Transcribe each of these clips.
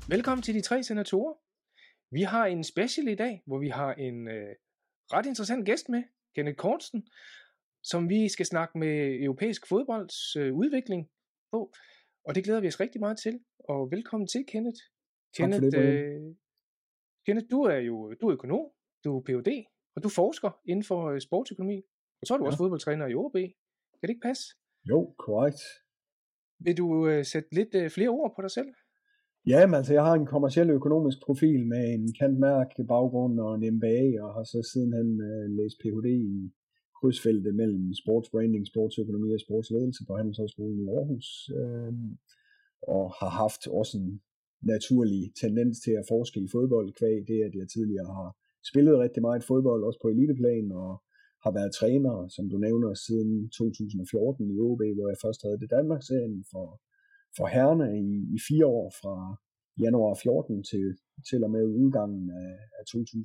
Velkommen til de tre senatorer. Vi har en special i dag, hvor vi har en ret interessant gæst med, Kenneth Kortsen, som vi skal snakke med europæisk fodbolds udvikling på. Og det glæder vi os rigtig meget til. Og velkommen til, Kenneth. Tak for det, Brian. Kenneth, du er økonom, du er Ph.D., og du forsker inden for sportsøkonomi. Og så er du også fodboldtræner i OB. Kan det ikke passe? Jo, korrekt. Vil du sætte lidt flere ord på dig selv? Ja, men altså jeg har en kommerciel økonomisk profil med en kantmærk baggrund og en MBA, og har så sidenhen læst Ph.D. i krydsfeltet mellem sportsbranding, sportsøkonomi og sportsledelse på Handelshøjskolen i Aarhus. Og har haft også en naturlig tendens til at forske i fodbold, kvæg det, at jeg tidligere har spillet rigtig meget fodbold, også på eliteplan, og har været træner, som du nævner, siden 2014 i OB, hvor jeg først havde det Danmarksserien for herrerne i 4 år, fra januar 14 til og med udgangen af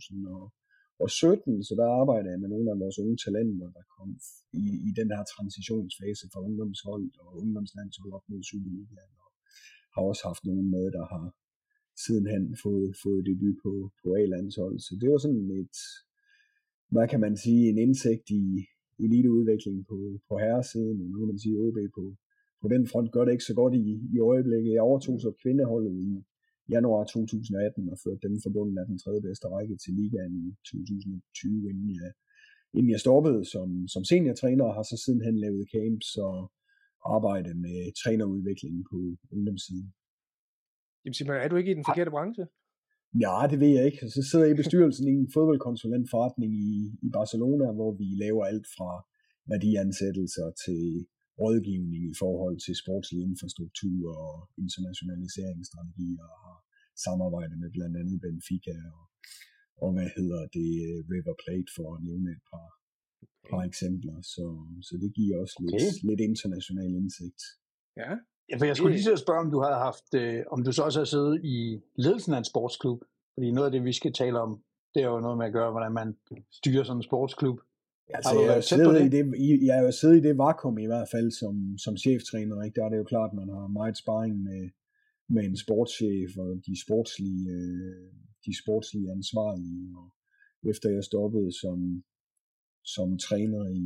2017, så der arbejder jeg med nogle af vores unge talenter, der kom i den her transitionsfase fra ungdomshold og ungdomslandshold op mod Superligaen, og har også haft nogen med, der har sidenhen fået debut på A-landshold, så det var sådan et, hvad kan man sige, en indsigt i eliteudvikling på herresiden, og nu kan man sige OB på den front gør det ikke så godt i øjeblikket. Jeg overtog så kvindeholdet i januar 2018 og førte dem forbundet af den tredje bedste række til ligaen i 2020, inden jeg stoppede som seniortræner, og har så sidenhen lavet camps og arbejdet med trænerudvikling på ungdomssiden. Jamen, er du ikke i den forkerte branche? Ja, det ved jeg ikke. Så sidder jeg i bestyrelsen i en fodboldkonsulentforretning i Barcelona, hvor vi laver alt fra værdiansættelser til rådgivning i forhold til sportslig infrastruktur og internationaliseringsstrategier, og har samarbejdet med blandt andet Benfica og River Plate, for at nævne et par eksempler. Så det giver også lidt international indsigt. Ja. Ja, for jeg skulle lige så spørge, om du havde haft, om du så også har siddet i ledelsen af en sportsklub, fordi noget af det, vi skal tale om, det er jo noget med at gøre, hvordan man styrer sådan en sportschef. Altså, jeg har jo siddet i det vakuum i hvert fald som cheftræner, ikke? Der er det jo klart, at man har meget sparring med en sportschef og de sportslige ansvarlige. Og efter jeg stoppede som træner i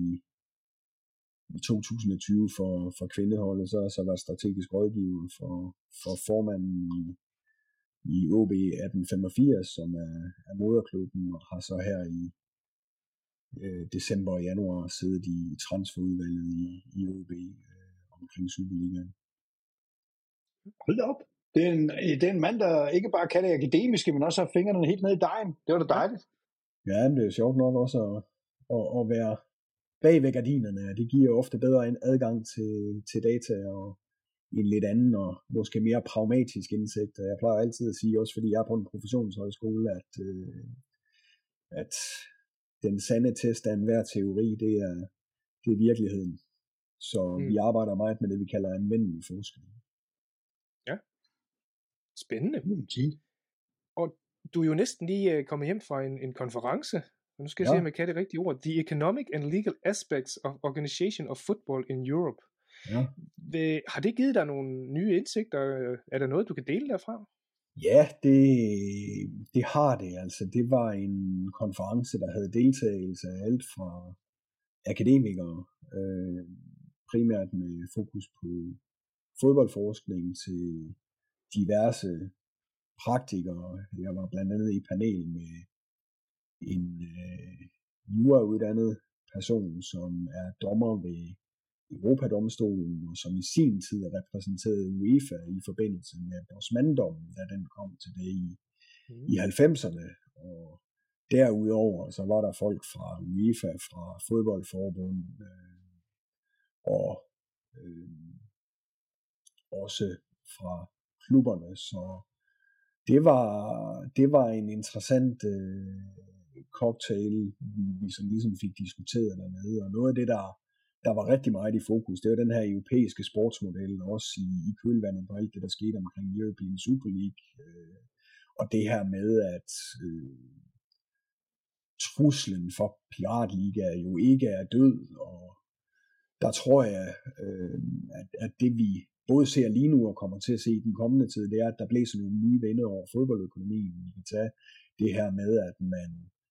2020 for kvindeholdet, så har jeg så været strategisk rådgiver for formanden i OB 1885, som er moderklubben, og har så her i december og januar siddet i transferudvalget i OB omkring Superligaen. Hold op. Det er en mand, der ikke bare kan det akademiske, men også har fingrene helt ned i dejen. Det var da dejligt. Ja, men det er sjovt nok også at være bag ved gardinerne. Det giver ofte bedre adgang til data og en lidt anden og måske mere pragmatisk indsigt. Jeg plejer altid at sige, også fordi jeg er på en professionshøjskole, at den sande test af enhver teori, det er virkeligheden. Så vi arbejder meget med det, vi kalder anvendelig forskning. Ja, spændende. Og du er jo næsten lige kommet hjem fra en konference, og nu skal jeg se, om jeg kan det rigtige ord. The Economic and Legal Aspects of Organization of Football in Europe. Ja. Har det givet dig nogle nye indsigter? Er der noget, du kan dele derfra? Ja, det har det. Altså, det var en konference, der havde deltagelse af alt fra akademikere, primært med fokus på fodboldforskning, til diverse praktikere. Jeg var blandt andet i panel med en jurauddannet person, som er dommer ved Europadomstolen, og som i sin tid repræsenterede UEFA i forbindelse med Bosman-dommen, da den kom tilbage i 90'erne. Og derudover så var der folk fra UEFA, fra fodboldforbundet, og også fra klubberne. Så det var en interessant cocktail, vi som ligesom fik diskuteret dernede. Og noget af det, der var rigtig meget i fokus, det var den her europæiske sportsmodel, også i kølvandet på alt det, der skete omkring European Super League. Og det her med, at truslen for piratliga jo ikke er død, og der tror jeg, at det vi både ser lige nu og kommer til at se i den kommende tid, det er, at der blæser nogle nye vinde over fodboldøkonomien. Vi kan tage det her med, at man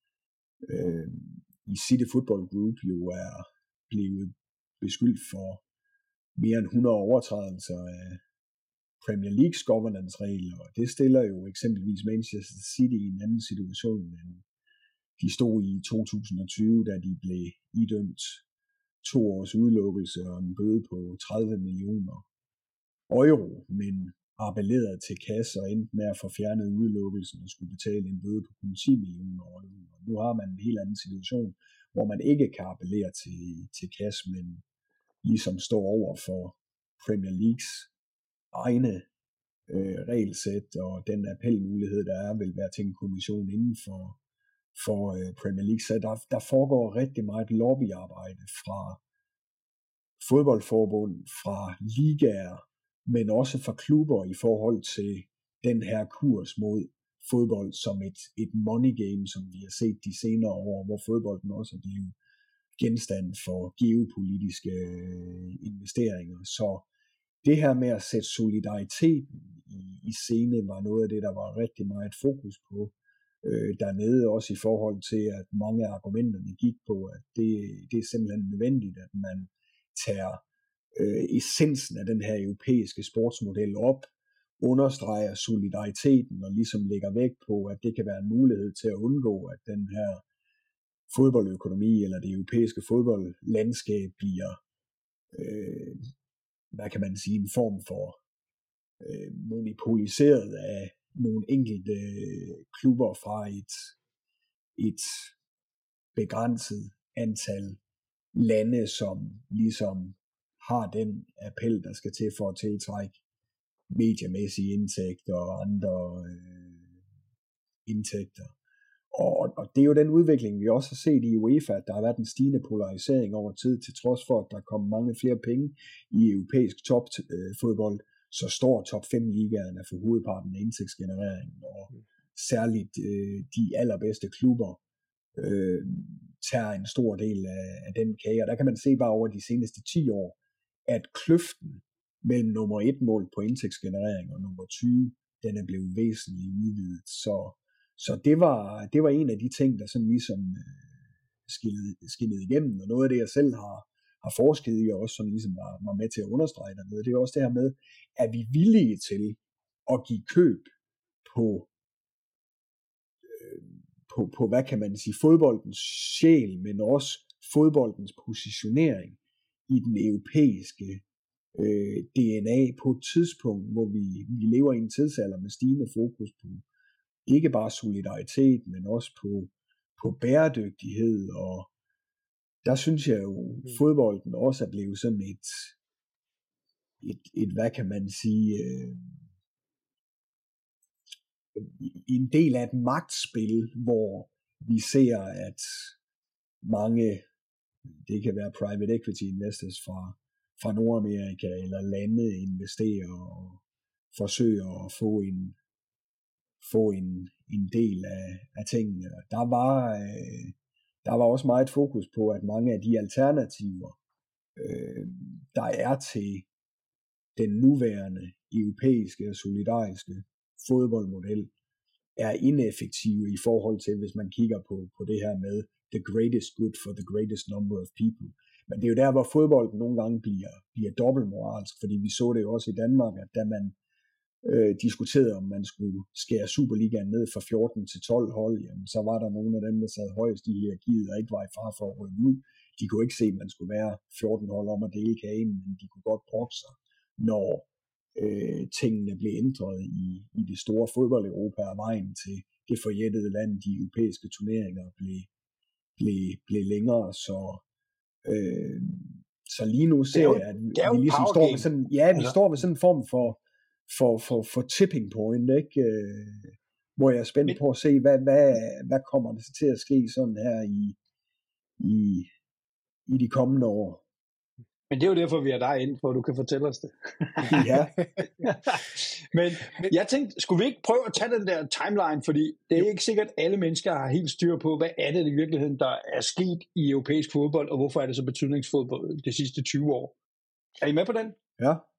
i City Football Group jo er blevet beskyldt for mere end 100 overtrædelser af Premier Leagues governance-regler, og det stiller jo eksempelvis Manchester City i en anden situation, end de stod i 2020, da de blev idømt 2 års udelukkelse og en bøde på 30 millioner euro, men appellerede til kasse og endte med at få fjernet udelukkelsen og skulle betale en bøde på kun 10 millioner euro. Og nu har man en helt anden situation, hvor man ikke kan appellere til kasse, men ligesom står over for Premier Leagues egne regelsæt, og den appelmulighed, der er, vil være til en kommission inden for Premier League. Så der foregår rigtig meget lobbyarbejde fra fodboldforbund, fra ligaer, men også fra klubber i forhold til den her kurs mod fodbold som et money game, som vi har set de senere år, hvor fodbolden også er blevet genstand for geopolitiske investeringer. Så det her med at sætte solidariteten i scene var noget af det, der var rigtig meget fokus på dernede, også i forhold til, at mange af argumenterne gik på, at det er simpelthen nødvendigt, at man tager essensen af den her europæiske sportsmodel op, understreger solidariteten og ligesom lægger vægt på, at det kan være en mulighed til at undgå, at den her fodboldøkonomi eller det europæiske fodboldlandskab bliver, hvad kan man sige, en form for monopoliseret af nogle enkelte klubber fra et begrænset antal lande, som ligesom har den appel, der skal til for at tiltrække mediemæssige indtægter og andre indtægter. Og det er jo den udvikling, vi også har set i UEFA, at der har været en stigende polarisering over tid, til trods for, at der kommer mange flere penge i europæisk topfodbold, så står top 5 ligaerne for hovedparten af indtægtsgenereringen, og særligt de allerbedste klubber tager en stor del af den kage. Og der kan man se bare over de seneste 10 år, at kløften mellem nummer 1 mål på indtægtsgenerering og nummer 20, den er blevet væsentligt udvidet. Så det var en af de ting, der sådan ligesom skinnede igennem, og noget af det, jeg selv har forsket i, og også sådan ligesom var med til at understrege dernede, det er også det her med, at vi er villige til at give køb på hvad kan man sige, fodboldens sjæl, men også fodboldens positionering i den europæiske DNA på et tidspunkt, hvor vi lever i en tidsalder med stigende fokus på ikke bare solidaritet, men også på bæredygtighed, og der synes jeg jo, fodbolden også er blevet sådan et hvad kan man sige, en del af et magtspil, hvor vi ser, at mange, det kan være private equity investors fra Nordamerika eller lande, investerer og forsøger at få en del af tingene. Der var også meget fokus på, at mange af de alternativer, der er til den nuværende europæiske og solidariske fodboldmodel, er ineffektive i forhold til, hvis man kigger på det her med the greatest good for the greatest number of people. Men det er jo der, hvor fodbolden nogle gange bliver dobbeltmoralsk, fordi vi så det jo også i Danmark, at da man diskuterede, om man skulle skære Superligaen ned fra 14 til 12 hold, jamen, så var der nogle af dem, der sad højst i hierarkiet og ikke var i fare for at rykke ud. De kunne ikke se, at man skulle være 14 hold om at dele kagen, men de kunne godt brokke sig, når tingene blev ændret i det store fodbold-Europa og vejen til det forjættede land, de europæiske turneringer blev længere, så lige nu ser jeg, at vi ligesom står ved sådan, vi står ved sådan en form for tipping point, ikke? Hvor jeg er spændt på at se, hvad kommer der til at ske sådan her i de kommende år. Men det er jo derfor, vi er derinde, for du kan fortælle os det. Ja. Men jeg tænkte, skulle vi ikke prøve at tage den der timeline, fordi det er ikke sikkert, at alle mennesker har helt styr på, hvad er det i virkeligheden, der er sket i europæisk fodbold, og hvorfor er det så betydningsfuldt de sidste 20 år. Er I med på den? Ja.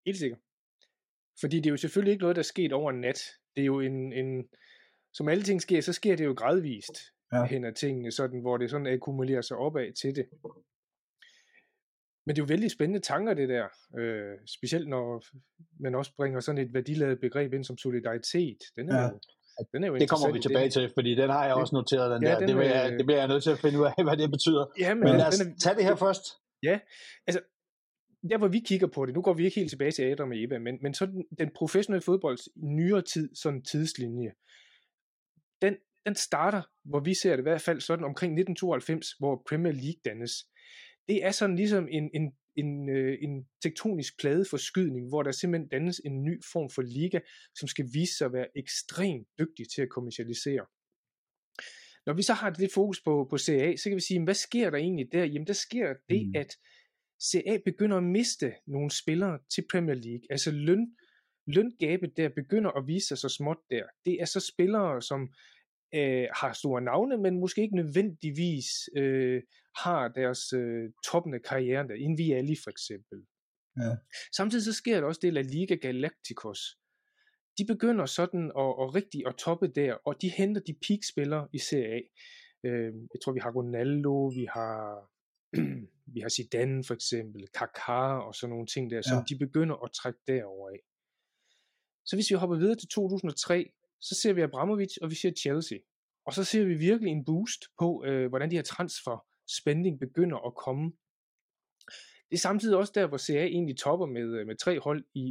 Helt sikkert. Fordi det er jo selvfølgelig ikke noget, der er sket over en nat. Det er jo som alle ting sker, så sker det jo gradvist hen ad tingene, sådan, hvor det sådan akkumulerer sig opad til det. Men det er jo vældig spændende tanker, det der. Specielt når man også bringer sådan et værdiladet begreb ind som solidaritet. Den er jo det kommer vi tilbage til, fordi den har jeg også noteret, den der. Det bliver jeg nødt til at finde ud af, hvad det betyder. Ja, men lad os tage det her først. Ja, altså, der hvor vi kigger på det, nu går vi ikke helt tilbage til Adam og Eva, men så den professionelle fodbolds nyere tid, sådan tidslinje, den starter, hvor vi ser det i hvert fald sådan omkring 1992, hvor Premier League dannes. Det er sådan ligesom en tektonisk pladeforskydning, hvor der simpelthen dannes en ny form for liga, som skal vise sig at være ekstremt dygtig til at kommercialisere. Når vi så har det fokus på CA, så kan vi sige, hvad sker der egentlig der? Jamen der sker det, at CA begynder at miste nogle spillere til Premier League. Altså løngabet der begynder at vise sig så småt der. Det er så spillere, som har store navne, men måske ikke nødvendigvis har deres toppende karriere der, en Vialli for eksempel. Ja. Samtidig så sker der også det, La Liga Galacticos. De begynder sådan at rigtig at toppe der, og de henter de peak-spillere i Serie A. Jeg tror, vi har Ronaldo, vi har Zidane for eksempel, Kaká og sådan nogle ting der, som de begynder at trække derover af. Så hvis vi hopper videre til 2003, så ser vi Abramovich, og vi ser Chelsea. Og så ser vi virkelig en boost på, hvordan de her transfer-spending begynder at komme. Det er samtidig også der, hvor CA egentlig topper med 3 hold i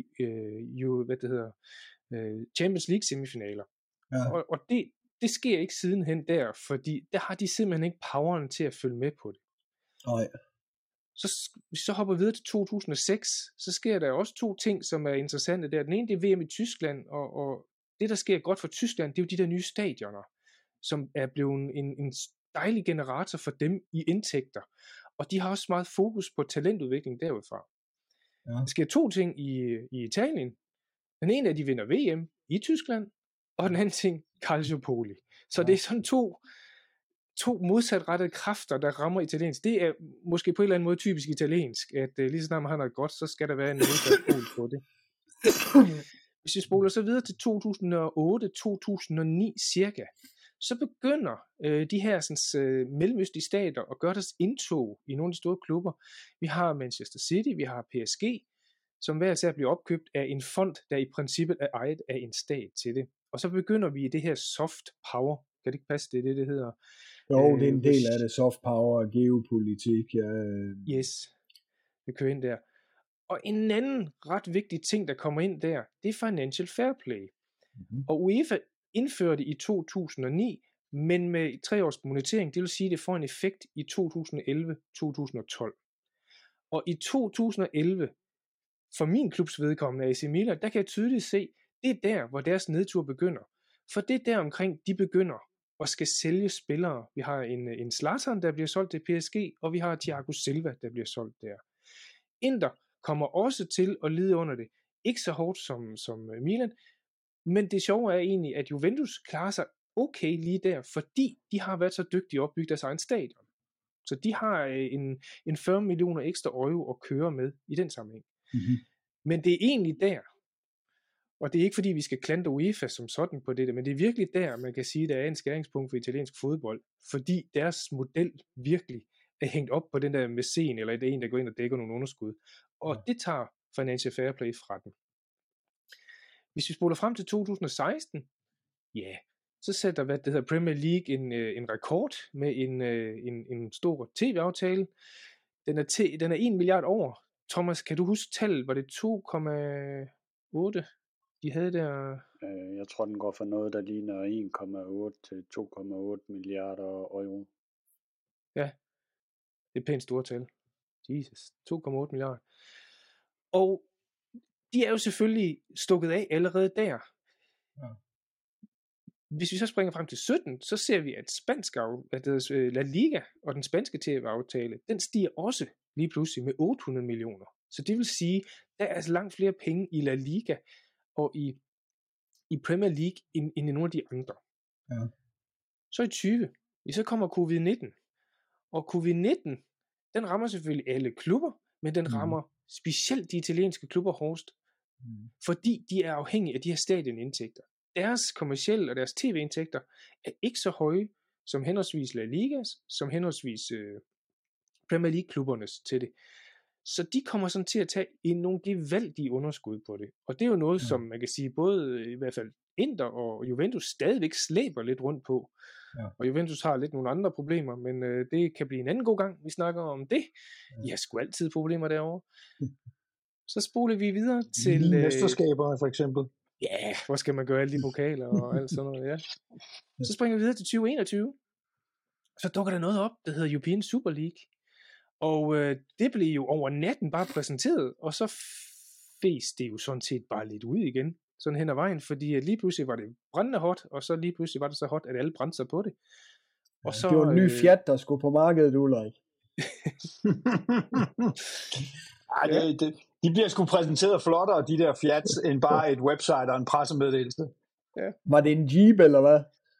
Champions League semifinaler. Ja. Og det sker ikke sidenhen der, fordi der har de simpelthen ikke poweren til at følge med på det. Nej. Så hopper vi videre til 2006, så sker der også 2 ting, som er interessante der. Den ene, det er VM i Tyskland, og det, der sker godt for Tyskland, det er jo de der nye stadioner, som er blevet en dejlig generator for dem i indtægter. Og de har også meget fokus på talentudvikling derudfra. Ja. Der sker 2 ting i Italien. Den ene er, at de vinder VM i Tyskland, og den anden ting, Calciopoli. Så det er sådan to modsatrettede kræfter, der rammer italiensk. Det er måske på en eller anden måde typisk italiensk, at lige så snart man har noget godt, så skal der være en modsat på det. Hvis vi spoler så videre til 2008-2009 cirka, så begynder de her mellemøstlige stater at gøre deres indtog i nogle af de store klubber. Vi har Manchester City, vi har PSG, som hver især bliver opkøbt af en fond, der i princippet er ejet af en stat til det. Og så begynder vi i det her soft power. Kan det ikke passe, det hedder? Jo, det er en del af det, soft power og geopolitik. Ja. Yes, det kører ind der. Og en anden ret vigtig ting, der kommer ind der, det er financial fair play. Mm-hmm. Og UEFA indførte det i 2009, men med 3 års monetering, det vil sige, at det får en effekt i 2011-2012. Og i 2011, for min klubs vedkommende AC Milan, der kan jeg tydeligt se, det er der, hvor deres nedtur begynder. For det er der omkring, de begynder og skal sælge spillere. Vi har en Zlatan, der bliver solgt til PSG, og vi har Thiago Silva, der bliver solgt der. Inter kommer også til at lide under det. Ikke så hårdt som Milan, men det sjove er egentlig, at Juventus klarer sig okay lige der, fordi de har været så dygtige at opbygge deres egen stadion. Så de har en 40 millioner ekstra euro at køre med i den sammenhæng. Mm-hmm. Men det er egentlig der, og det er ikke fordi vi skal klandre UEFA som sådan på det, men det er virkelig der, man kan sige, at der er en skæringspunkt for italiensk fodbold, fordi deres model virkelig er hængt op på den der mæcen, eller det er en, der går ind og dækker nogle underskud. Og det tager financial fair play fra den. Hvis vi spoler frem til 2016, så sætter Premier League en rekord med en stor tv-aftale. Den er 1 milliard over. Thomas, kan du huske tallet? Var det 2,8? De havde der... Jeg tror, den går for noget, der ligner 1,8 til 2,8 milliarder euro. Ja, det er et pænt stort tal. Jesus, 2,8 milliarder. Og de er jo selvfølgelig stukket af allerede der. Ja. Hvis vi så springer frem til 17, så ser vi, at La Liga og den spanske tv-aftale, den stiger også lige pludselig med 800 millioner. Så det vil sige, der er altså langt flere penge i La Liga og i Premier League end i nogle af de andre. Ja. Så i 20, så kommer covid-19. Og covid-19, den rammer selvfølgelig alle klubber, men den rammer specielt de italienske klubber hårdest. Fordi de er afhængige af de her stadionindtægter. Deres kommercielle og deres tv-indtægter er ikke så høje som henholdsvis La Ligas, som henholdsvis Premier League-klubbernes til det. Så de kommer sådan til at tage nogle gevaldige underskud på det. Og det er jo noget, som man kan sige, både i hvert fald Inter og Juventus stadigvæk slæber lidt rundt på. Ja. Og Juventus har lidt nogle andre problemer, men det kan blive en anden god gang, vi snakker om det. De har sgu altid problemer derovre. Så spoler vi videre til... mesterskaber for eksempel. Ja, hvor skal man gøre alle de pokaler og alt sådan noget, ja. Så springer vi videre til 2021. Så dukker der noget op, der hedder European Super League. Og det blev jo over natten bare præsenteret, og så fes det jo sådan set bare lidt ud igen, sådan hen ad vejen, fordi lige pludselig var det brændende hot, og så lige pludselig var det så hot, at alle brændte sig på det. Og så, det var en ny Fiat, der skulle på markedet, Ulrik. De bliver sgu præsenteret flottere, de der Fiats, end bare et website og en pressemeddelelse. Ja. Var det en Jeep, eller hvad?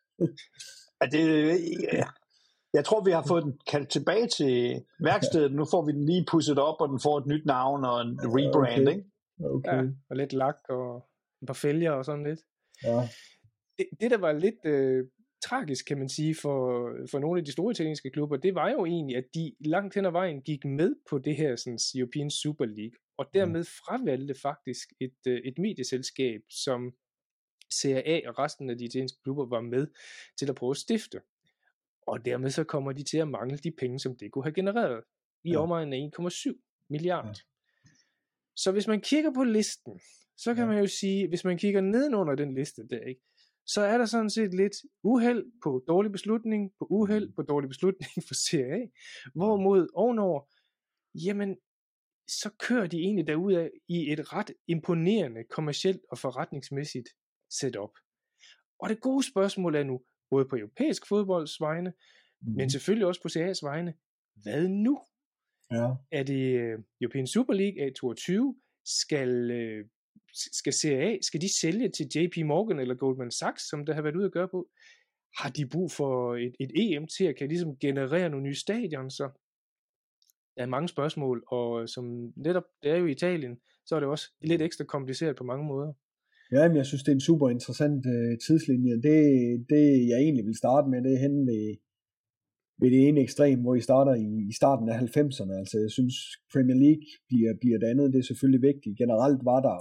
Jeg tror, vi har fået den kaldt tilbage til værkstedet. Nu får vi den lige pudset op, og den får et nyt navn og en rebranding. Okay. Ja, og lidt lak og et par fælger og sådan lidt. Ja. Det der var lidt tragisk, kan man sige, for nogle af de store italienske klubber, det var jo egentlig, at de langt hen ad vejen gik med på det her sådan, European Super League, og dermed fravalgte faktisk et medieselskab, som CAA og resten af de italienske klubber var med til at prøve at stifte. Og dermed så kommer de til at mangle de penge, som det kunne have genereret i omegnen af 1,7 milliarder. Ja. Så hvis man kigger på listen, så kan man jo sige, hvis man kigger nedenunder den liste der, ikke, så er der sådan set lidt uheld på dårlig beslutning, på uheld på dårlig beslutning for CAA, hvorimod ovenover, jamen, så kører de egentlig derudad i et ret imponerende kommercielt og forretningsmæssigt setup. Og det gode spørgsmål er nu, både på europæisk fodbolds vegne, men selvfølgelig også på CAA's vegne, hvad nu? Ja. Er det European Super League A22? Skal CAA, skal de sælge til JP Morgan eller Goldman Sachs, som der har været ude at gøre på? Har de brug for et EM til at kan ligesom generere nogle nye stadion? Så der er mange spørgsmål, og som netop det er jo i Italien, så er det også lidt ekstra kompliceret på mange måder. Ja, men jeg synes, det er en super interessant tidslinje. Det jeg egentlig vil starte med, det er henne ved det ene ekstrem, hvor I starter i starten af 90'erne. Altså, jeg synes, Premier League bliver det andet. Det er selvfølgelig vigtigt. Generelt var der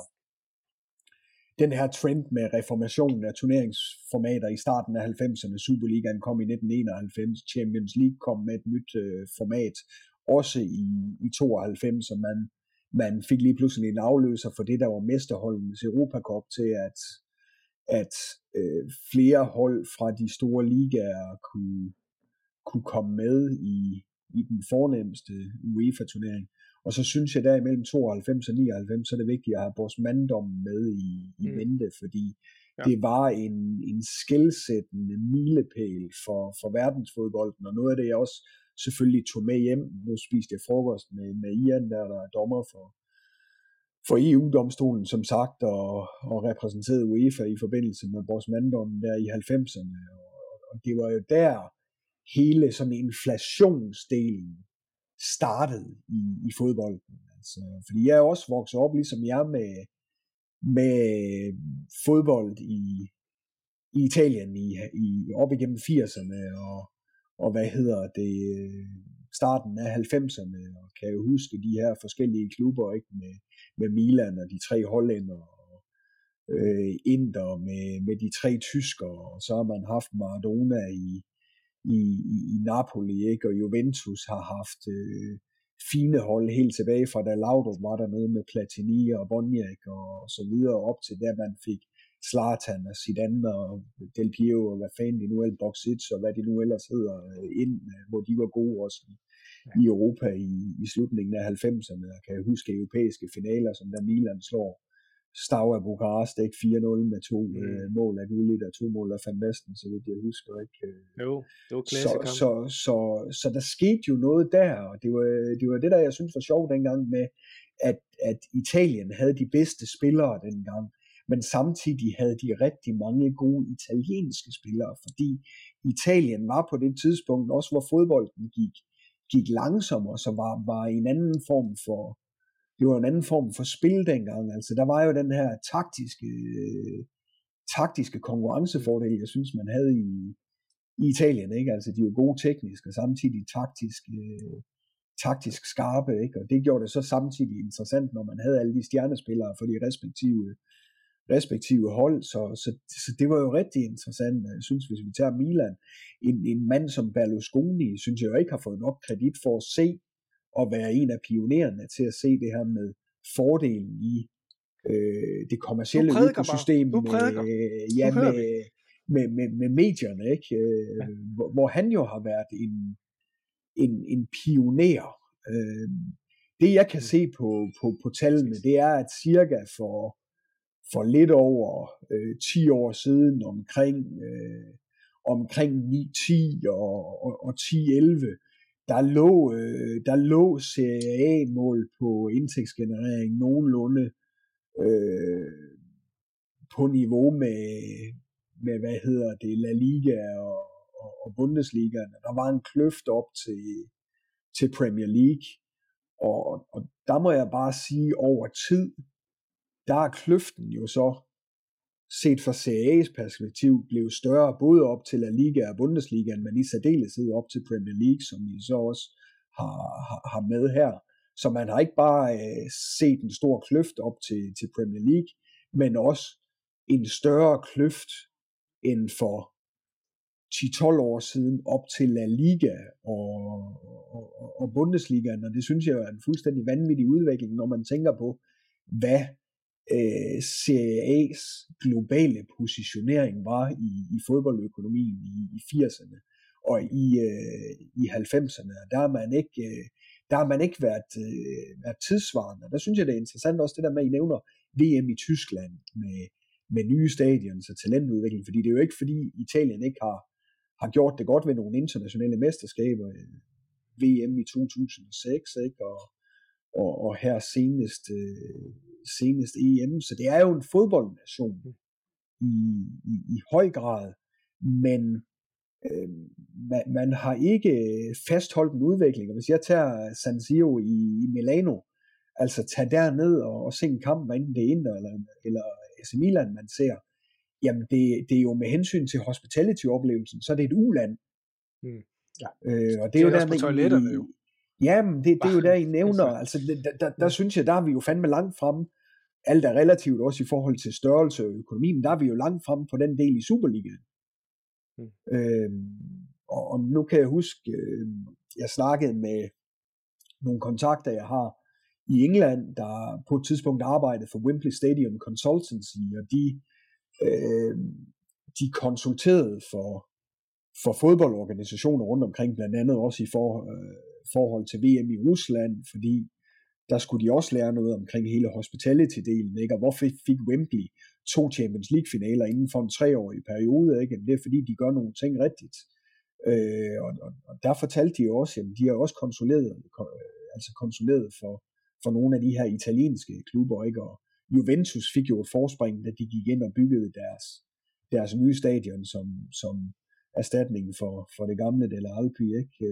den her trend med reformationen af turneringsformater i starten af 90'erne. Superligaen kom i 1991, Champions League kom med et nyt format, også i 92, og man fik lige pludselig en afløser for det, der var mesterholdenes Europacup, til at flere hold fra de store ligaer kunne komme med i den fornemmeste UEFA-turnering. Og så synes jeg der imellem 92 og 99, så er det vigtigt at have vores manddom med i mente, fordi det var en skelsættende milepæl for verdensfodbolden, og noget af det jeg også selvfølgelig tog med hjem. Nu spiste jeg frokost med Ian, der er dommer for EU-domstolen, som sagt, og repræsenterede UEFA i forbindelse med vores manddom der i 90'erne. Og det var jo der hele sådan inflationsdelen startede i fodbolden. Altså, fordi jeg er også vokset op ligesom jeg med fodbold i Italien op igennem 80'erne og hvad hedder det, starten af 90'erne, og kan jo huske de her forskellige klubber, ikke, med Milan og de 3 hollænder og Inter med de 3 tyskere, og så har man haft Maradona i Napoli, ikke? Og Juventus har haft fine hold helt tilbage fra da Laudrup var der noget med Platini og Boniek og så videre, op til der man fik Zlatan og Zidane og Del Piero og hvad fanden de nu ellers, Boxic og hvad de nu ellers hedder ind, hvor de var gode også i Europa i slutningen af 90'erne. Jeg kan huske europæiske finaler, som der Milan slår Steaua Bukarest, ikke 4-0 med 2 mål af Gullit og 2 mål af Van Basten, så vidt jeg husker, ikke? Jo, det var klassekamp. Så der skete jo noget der, og det var det der, jeg synes var sjovt dengang med, at Italien havde de bedste spillere dengang, men samtidig havde de rigtig mange gode italienske spillere, fordi Italien var på det tidspunkt, også hvor fodbolden gik langsommere, så var en anden form det var en anden form for spil dengang. Altså, der var jo den her taktiske konkurrencefordel, jeg synes, man havde i Italien, ikke? Altså, de var gode teknisk og samtidig taktisk skarpe, ikke? Og det gjorde det så samtidig interessant, når man havde alle de stjernespillere for de respektive hold, så det var jo rigtig interessant. Jeg synes, hvis vi tager Milan, en mand som Berlusconi, synes jeg jo ikke har fået nok kredit for at se og være en af pionererne til at se det her med fordelen i det kommercielle økosystem med medierne, ikke? Hvor han jo har været en pioner. Det jeg kan se på tallene, det er, at cirka for lidt over 10 år siden, omkring 9-10 og 10-11, der lå Serie A-mål på indtægtsgenerering nogenlunde på niveau med La Liga og Bundesliga. Der var en kløft op til Premier League, og der må jeg bare sige, over tid, der er kløften jo så, set fra Serie A's perspektiv, blev større, både op til La Liga og Bundesliga, men i særdeleshed op til Premier League, som vi så også har med her. Så man har ikke bare set en stor kløft op til Premier League, men også en større kløft end for 10-12 år siden op til La Liga og Bundesliga, og det synes jeg er en fuldstændig vanvittig udvikling, når man tænker på, hvad Serie A's globale positionering var i fodboldøkonomien i 80'erne og i 90'erne. Der har man ikke været tidsvarende. Der synes jeg, det er interessant også det der med, at I nævner VM i Tyskland med nye stadions og talentudvikling, fordi det er jo ikke fordi Italien ikke har gjort det godt ved nogle internationale mesterskaber, VM i 2006, ikke? Og her senest EM, så det er jo en fodboldnation i høj grad, men man har ikke fastholdt en udvikling. Og hvis jeg tager San Siro i Milano, altså tage derned og se en kamp, hvad enten det er Inter eller AC Milan, man ser, jamen det er jo med hensyn til hospitality-oplevelsen, så er det et uland. Ja. Og det er jo der med toiletterne jo. Jamen, det er jo der, I nævner. Altså, der synes jeg, der er vi jo fandme langt fremme. Alt er relativt også i forhold til størrelse og økonomi, men der er vi jo langt fremme på den del i Superligaen. Og nu kan jeg huske, jeg snakkede med nogle kontakter, jeg har i England, der på et tidspunkt arbejdede for Wembley Stadium Consultancy, og de konsulterede for fodboldorganisationer rundt omkring, blandt andet også i forhold til VM i Rusland, fordi der skulle de også lære noget omkring hele hospitality-delen, ikke? Og hvorfor fik Wembley 2 Champions League-finaler inden for en 3-årig periode, ikke? Det er fordi, de gør nogle ting rigtigt. Og der fortalte de jo også, at de har også konsuleret for nogle af de her italienske klubber, ikke? Og Juventus fik jo et forspring, da de gik ind og byggede deres nye stadion som erstatning for det gamle Delle Alpi, ikke?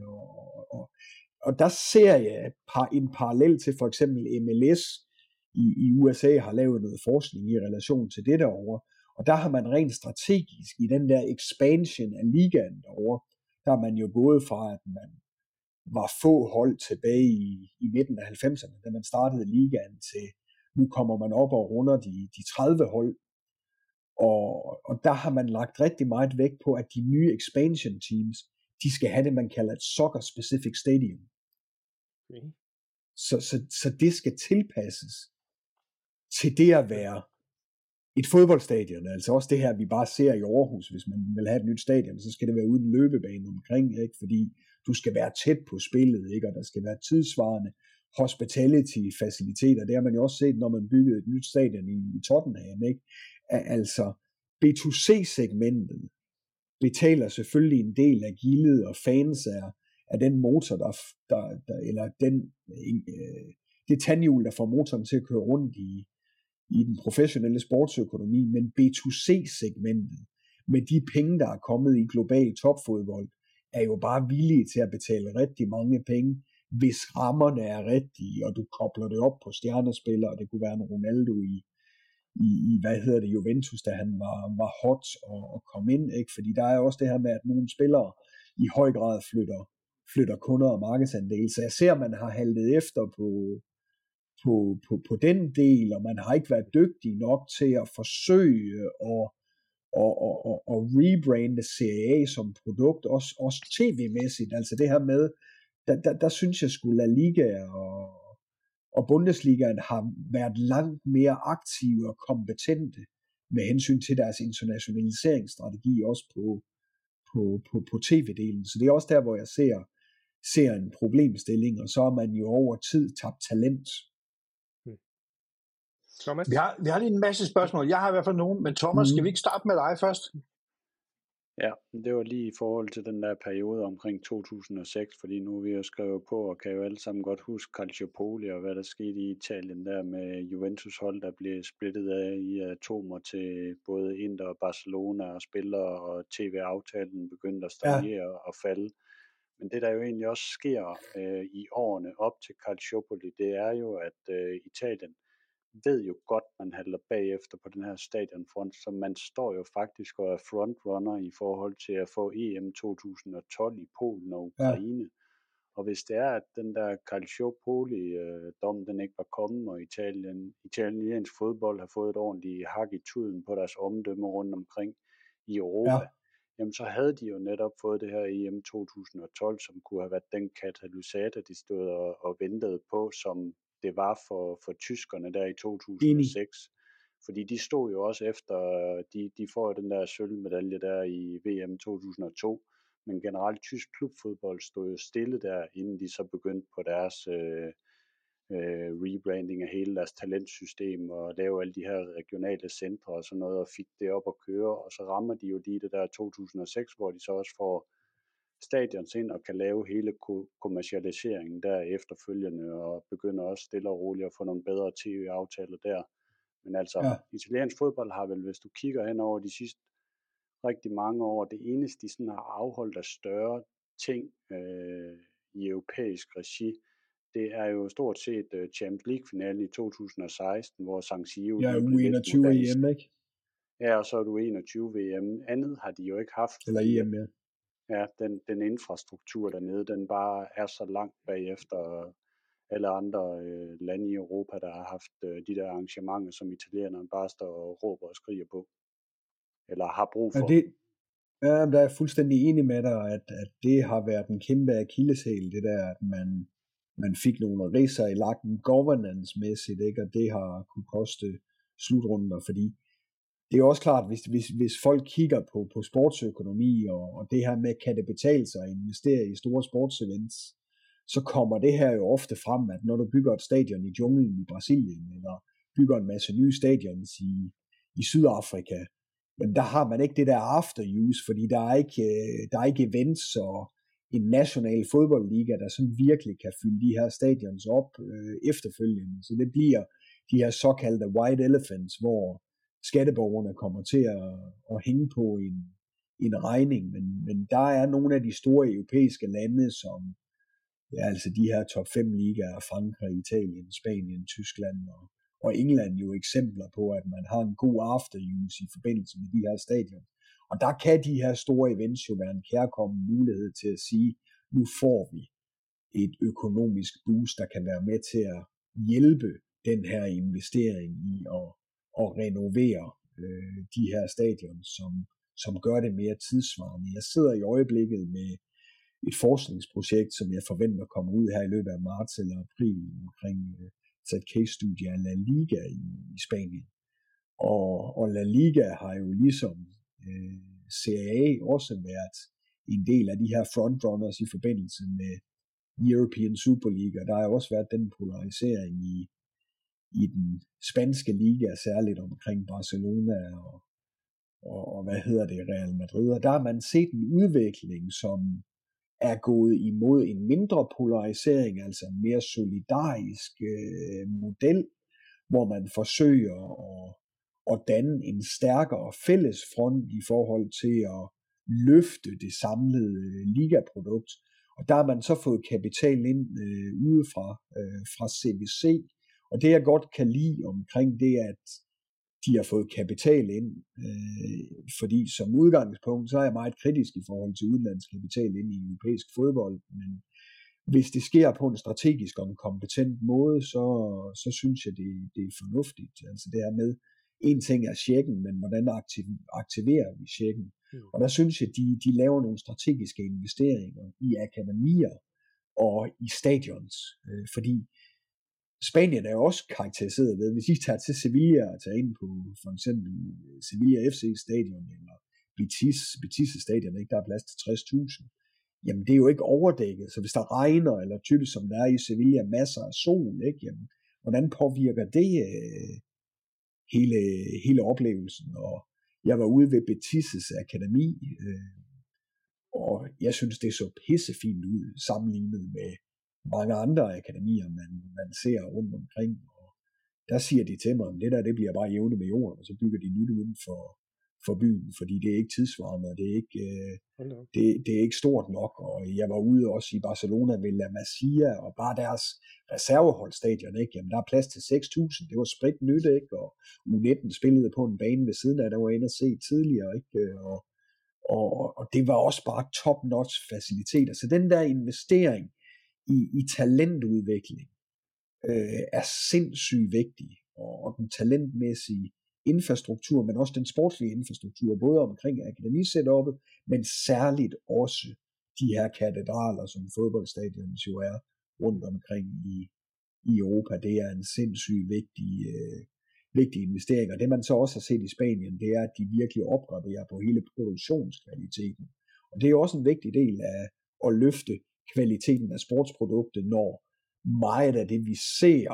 Og der ser jeg en parallel til for eksempel MLS i USA har lavet noget forskning i relation til det derovre, og der har man rent strategisk i den der expansion af ligaen derovre, der er man jo gået fra, at man var få hold tilbage i midten af 90'erne, da man startede ligaen, til nu kommer man op og runder de 30 hold, og der har man lagt rigtig meget vægt på, at de nye expansion teams, de skal have det, man kalder et soccer specific stadium. Okay. Så det skal tilpasses til det at være et fodboldstadion, altså også det her, vi bare ser i Aarhus, hvis man vil have et nyt stadion, så skal det være uden løbebane omkring, ikke? Fordi du skal være tæt på spillet, ikke? Og der skal være tidsvarende hospitality-faciliteter. Det har man jo også set, når man byggede et nyt stadion i Tottenham, ikke? Altså, B2C-segmentet betaler selvfølgelig en del af gildet, og fans er den motor, eller det tandhjul, der får motoren til at køre rundt i den professionelle sportsøkonomi, men B2C-segmentet, med de penge, der er kommet i global topfodbold, er jo bare villige til at betale rigtig mange penge, hvis rammerne er rigtige, og du kobler det op på stjernespillere, det kunne være en Ronaldo i Juventus, da han var hot og kom ind, ikke? Fordi der er også det her med, at nogle spillere i høj grad flytter kunder og markedsandel, så jeg ser, at man har haltet efter på den del, og man har ikke været dygtig nok til at forsøge at rebrande Serie A som produkt, også tv-mæssigt, altså det her med, der synes jeg sgu La Liga og Bundesligaen har været langt mere aktive og kompetente med hensyn til deres internationaliseringsstrategi, også på tv-delen. Så det er også der, hvor jeg ser en problemstilling, og så har man jo over tid tabt talent. Thomas? Vi har lige en masse spørgsmål. Jeg har i hvert fald nogen, men Thomas, skal vi ikke starte med dig først? Ja, det var lige i forhold til den der periode omkring 2006, fordi nu er vi jo skrevet på, og kan jo alle sammen godt huske Calciopoli og hvad der skete i Italien der med Juventus hold, der blev splittet af i atomer til både Inter og Barcelona og spillere, og tv-aftalen begyndte at stagnere og falde. Men det der jo egentlig også sker i årene op til Calciopoli, det er jo, at Italien ved jo godt, man halter bagefter på den her stadionfront, så man står jo faktisk og er frontrunner i forhold til at få EM 2012 i Polen og Ukraine. Ja. Og hvis det er, at den der Calciopoli-dom, den ikke var kommet, og italiensk fodbold har fået et ordentligt hak i tuden på deres omdømme rundt omkring i Europa, jamen så havde de jo netop fået det her EM 2012, som kunne have været den katalysator, de stod og ventede på, som det var for tyskerne der i 2006. Fordi de stod jo også efter, de får den der sølvmedalje der i VM 2002, men generelt tysk klubfodbold stod jo stille der, inden de så begyndte på deres rebranding af hele deres talentsystem og lave alle de her regionale centre og sådan noget, og fik det op at køre, og så rammer de jo lige det der 2006, hvor de så også får stadions ind og kan lave hele kommercialiseringen der efterfølgende, og begynder også stille og roligt at få nogle bedre tv-aftaler der. Men altså, italiensk fodbold har vel, hvis du kigger hen over de sidste rigtig mange år, det eneste, de sådan har afholdt af større ting i europæisk regi, det er jo stort set Champions League-finalen i 2016, hvor San Siro blev lidt modernsk. EM, ikke? Ja, og så er du 21 VM. Andet har de jo ikke haft. Eller EM, ja. Ja, den infrastruktur dernede, den bare er så langt bagefter alle andre lande i Europa, der har haft de der arrangementer, som italienerne bare står og råber og skriger på. Eller har brug for. Der er jeg fuldstændig enig med dig, at det har været en kæmpe akilleshæl, det der, at man fik nogle ridser i lakken governance-mæssigt, ikke? Og det har kunne koste slutrunder, fordi det er også klart, hvis folk kigger på sportsøkonomi og det her med, kan det betale sig at investere i store sportsevents, så kommer det her jo ofte frem, at når du bygger et stadion i junglen i Brasilien, eller bygger en masse nye stadions i Sydafrika, jamen der har man ikke det der after use, fordi der er ikke events og en national fodboldliga, der sådan virkelig kan fylde de her stadions op efterfølgende. Så det bliver de her såkaldte white elephants, hvor skatteborgerne kommer til at hænge på en regning, men der er nogle af de store europæiske lande, som altså de her top 5 ligaer, Frankrig, Italien, Spanien, Tyskland og England jo eksempler på, at man har en god afteruse i forbindelse med de her stadion. Og der kan de her store events jo være en kærkommen mulighed til at sige, nu får vi et økonomisk boost, der kan være med til at hjælpe den her investering i at renovere de her stadion, som gør det mere tidsvarende. Jeg sidder i øjeblikket med et forskningsprojekt, som jeg forventer kommer ud her i løbet af marts eller april omkring et case-studie af La Liga i Spanien. Og La Liga har jo ligesom Serie A også været en del af de her frontrunners i forbindelse med European Super League, og der har også været den polarisering i den spanske liga, særligt omkring Barcelona og Real Madrid. Og der har man set en udvikling, som er gået imod en mindre polarisering, altså en mere solidarisk model, hvor man forsøger at danne en stærkere fælles front i forhold til at løfte det samlede ligaprodukt. Og der har man så fået kapital ind udefra fra CVC. Og det jeg godt kan lide omkring det, at de har fået kapital ind, fordi som udgangspunkt, så er jeg meget kritisk i forhold til udenlandsk kapital ind i europæisk fodbold, men hvis det sker på en strategisk og en kompetent måde, så synes jeg, det er fornuftigt. Altså det her med, en ting er checken, men hvordan aktiverer vi checken? Og der synes jeg, de laver nogle strategiske investeringer i akademier og i stadions, fordi Spanien er jo også karakteriseret ved, hvis I tager til Sevilla og tager ind på for eksempel Sevilla FC stadion eller Betis stadion, ikke, der er plads til 60.000, jamen det er jo ikke overdækket, så hvis der regner, eller typisk som der er i Sevilla, masser af sol, ikke, jamen, hvordan påvirker det hele oplevelsen? Og jeg var ude ved Betis' akademi, og jeg synes, det så pissefint ud, sammenlignet med mange andre akademier, man ser rundt omkring, og der siger de til mig, at det bliver bare jævne med jorden, og så bygger de nyt uden for byen, fordi det er ikke tidsvarende, og det er ikke stort nok, og jeg var ude også i Barcelona ved La Masia, og bare deres reserveholdstadion, ikke? Jamen, der er plads til 6.000, det var sprit nyt, ikke? Og U19 spillede på en bane ved siden af, der var inde at se tidligere, ikke? Og det var også bare top-notch faciliteter, så den der investering i talentudvikling er sindssygt vigtig, og den talentmæssige infrastruktur, men også den sportslige infrastruktur, både omkring akademisætupet, men særligt også de her katedraler, som fodboldstadions jo er rundt omkring i Europa. Det er en sindssygt vigtig investering, og det man så også har set i Spanien, det er, at de virkelig opgraderer på hele produktionskvaliteten. Og det er også en vigtig del af at løfte kvaliteten af sportsproduktet, når meget af det, vi ser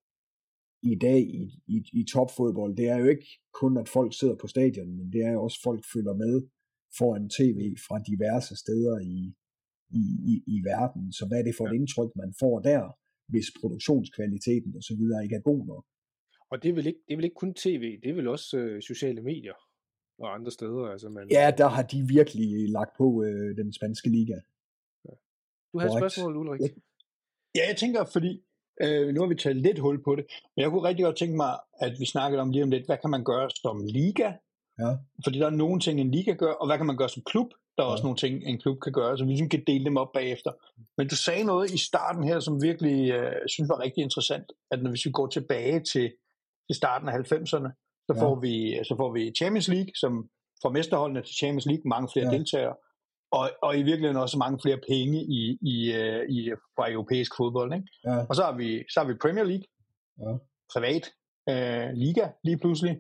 i dag i topfodbold, det er jo ikke kun, at folk sidder på stadion, men det er jo også, at folk følger med foran tv fra diverse steder i verden. Så hvad er det for et indtryk, man får der, hvis produktionskvaliteten og så videre ikke er god nok? Og det er vel ikke kun tv, det er vel også sociale medier og andre steder. Altså Ja, der har de virkelig lagt på den spanske liga. Ja. Du har et spørgsmål, Ulrik? Ja, jeg tænker, fordi nu har vi taget lidt hul på det, men jeg kunne rigtig godt tænke mig, at vi snakkede om lige om lidt, hvad kan man gøre som liga? Ja. Fordi der er nogle ting, en liga gør, og hvad kan man gøre som klub? Der er også nogle ting, en klub kan gøre, så vi ligesom kan dele dem op bagefter. Men du sagde noget i starten her, som virkelig synes var rigtig interessant, at hvis vi går tilbage til starten af 90'erne, så får vi Champions League, som får mesterholdene til Champions League, mange flere deltagere, og i virkeligheden også mange flere penge fra europæisk fodbold, ikke? Ja. Og så har vi Premier League, privat liga lige pludselig,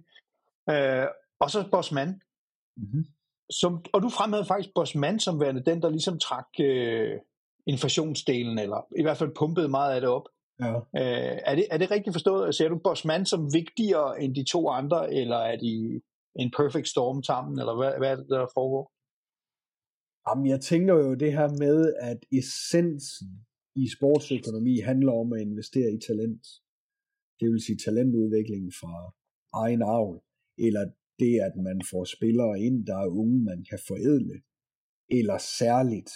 og så Bosman. Mm-hmm. Og du fremhævede faktisk Bosman som værende den, der ligesom trak inflationsdelen, eller i hvert fald pumpede meget af det op. Ja. Er det rigtigt forstået? Ser du Bosman som vigtigere end de to andre, eller er de en perfect storm sammen, eller hvad er det, der foregår? Jamen, jeg tænker jo det her med, at essensen i sportsøkonomi handler om at investere i talent. Det vil sige talentudvikling fra egen avl, eller det, at man får spillere ind, der er unge, man kan forædle, eller særligt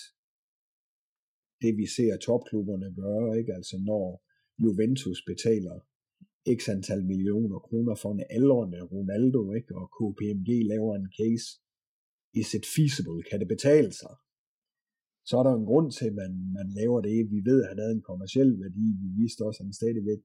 det, vi ser topklubberne gøre, ikke? Altså når Juventus betaler x antal millioner kroner for en aldrende Ronaldo, ikke? Og KPMG laver en case, is it feasible? Kan det betale sig? Så er der en grund til, at man laver det. Vi ved, at han havde en kommerciel værdi. Vi vidste også, at han stadigvæk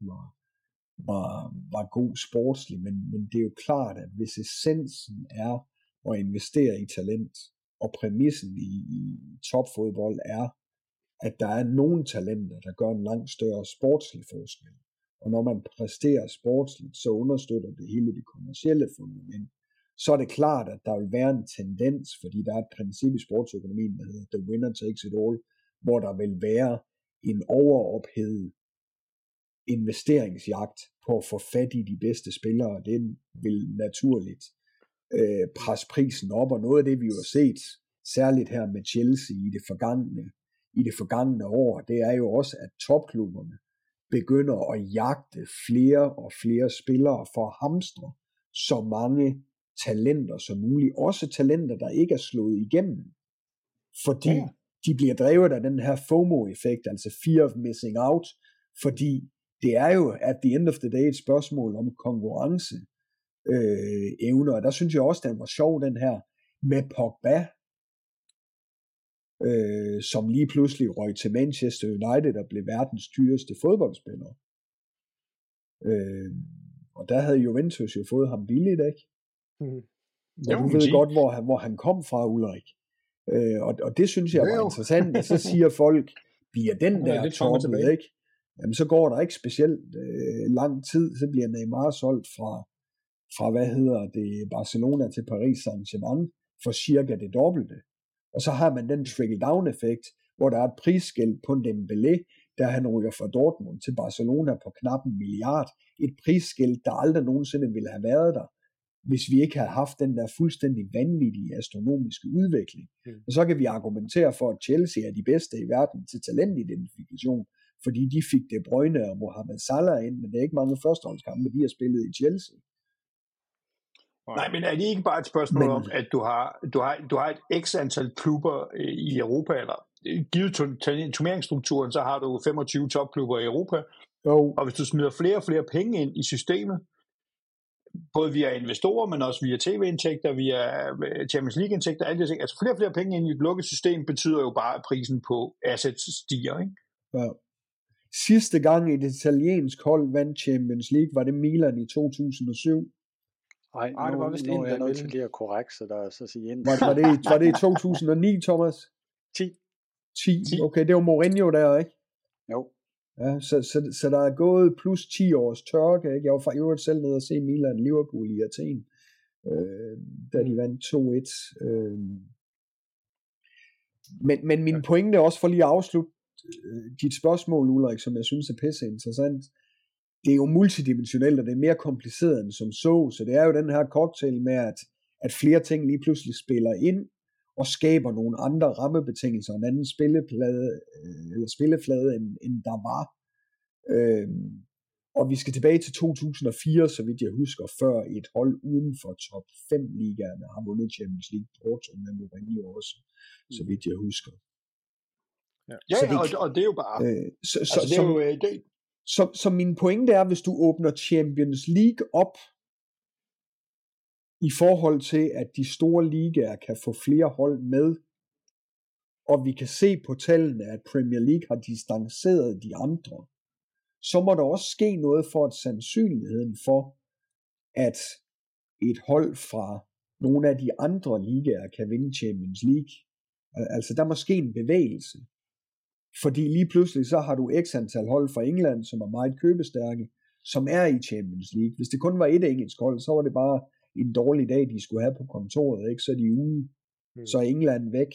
var god sportslig. Men det er jo klart, at hvis essensen er at investere i talent, og præmissen i topfodbold er, at der er nogle talenter, der gør en langt større sportslig forskel. Og når man præsterer sportsligt, så understøtter det hele det kommercielle fundament. Så er det klart, at der vil være en tendens, fordi der er et princip i sportsøkonomien, der hedder the winner takes it all, hvor der vil være en overophedet investeringsjagt på at få fat i de bedste spillere, og den vil naturligt presse prisen op, og noget af det, vi jo har set, særligt her med Chelsea i det forgangne år, det er jo også, at topklubberne begynder at jagte flere og flere spillere for at hamstre så mange talenter som muligt, også talenter, der ikke er slået igennem, fordi de bliver drevet af den her FOMO-effekt, altså fear of missing out, fordi det er jo at the end of the day et spørgsmål om konkurrence evner, og der synes jeg også, den var sjov, den her med Pogba, som lige pludselig røg til Manchester United og blev verdens dyreste fodboldspiller. Og der havde Juventus jo fået ham billigt, ikke? Og du ved godt, hvor han kom fra, Ulrik. Og det synes jeg var interessant, og så siger folk, bliver den der toppet, ikke? Jamen så går der ikke specielt lang tid, så bliver Neymar solgt fra Barcelona til Paris Saint-Germain for cirka det dobbelte. Og så har man den trickle-down-effekt, hvor der er et prisskilt på Dembélé, da han ryger fra Dortmund til Barcelona på knap 1 milliard. Et prisskilt, der aldrig nogensinde ville have været der, hvis vi ikke havde haft den der fuldstændig vanvittige astronomiske udvikling. Og så kan vi argumentere for, at Chelsea er de bedste i verden til talentidentifikation, fordi de fik De Bruyne og Mohamed Salah ind, men det er ikke mange førsteholdskampe, de har spillet i Chelsea. Nej, men er det ikke bare et spørgsmål om, at du har et x antal klubber i Europa, eller givet turneringsstrukturen, så har du 25 topklubber i Europa, og hvis du smider flere og flere penge ind i systemet, både via investorer, men også via tv-indtægter, via Champions League-indtægter, alle de ting, altså flere og flere penge ind i et lukket system, betyder jo bare, at prisen på assets stiger, ikke? Ja. Sidste gang et italiensk hold vandt Champions League, var det Milan i 2007. Nej, det var vist nu er jeg nødt til lige at korrekse dig og så sige ind. Var det i 2009, Thomas? 10. Okay, det var Mourinho der, ikke? Jo. Ja, så der er gået plus 10 års tørke, ikke? Jeg var jo selv nede og se Milan Liverpool i Athen, da de vandt 2-1. Men min pointe er også for lige at afslutte dit spørgsmål, Ulrik, som jeg synes er pisse interessant. Det er jo multidimensionelt, og det er mere kompliceret end som så det er jo den her cocktail med, at flere ting lige pludselig spiller ind, og skaber nogle andre rammebetingelser, en anden spilleflade, end der var. Og vi skal tilbage til 2004, så vidt jeg husker, før et hold uden for top 5 ligaerne har vundet Champions League, Porto med Mourinho også, så vidt jeg husker. Ja, og det er jo bare... Så min pointe er, hvis du åbner Champions League op, i forhold til, at de store ligaer kan få flere hold med, og vi kan se på tallene, at Premier League har distanceret de andre, så må der også ske noget for, at sandsynligheden for, at et hold fra nogle af de andre ligaer kan vinde Champions League, altså der må ske en bevægelse. Fordi lige pludselig så har du x antal hold fra England, som er meget købestærke, som er i Champions League. Hvis det kun var et engelsk hold, så var det bare en dårlig dag, de skulle have på kontoret, ikke? Så er de ude, så er England væk.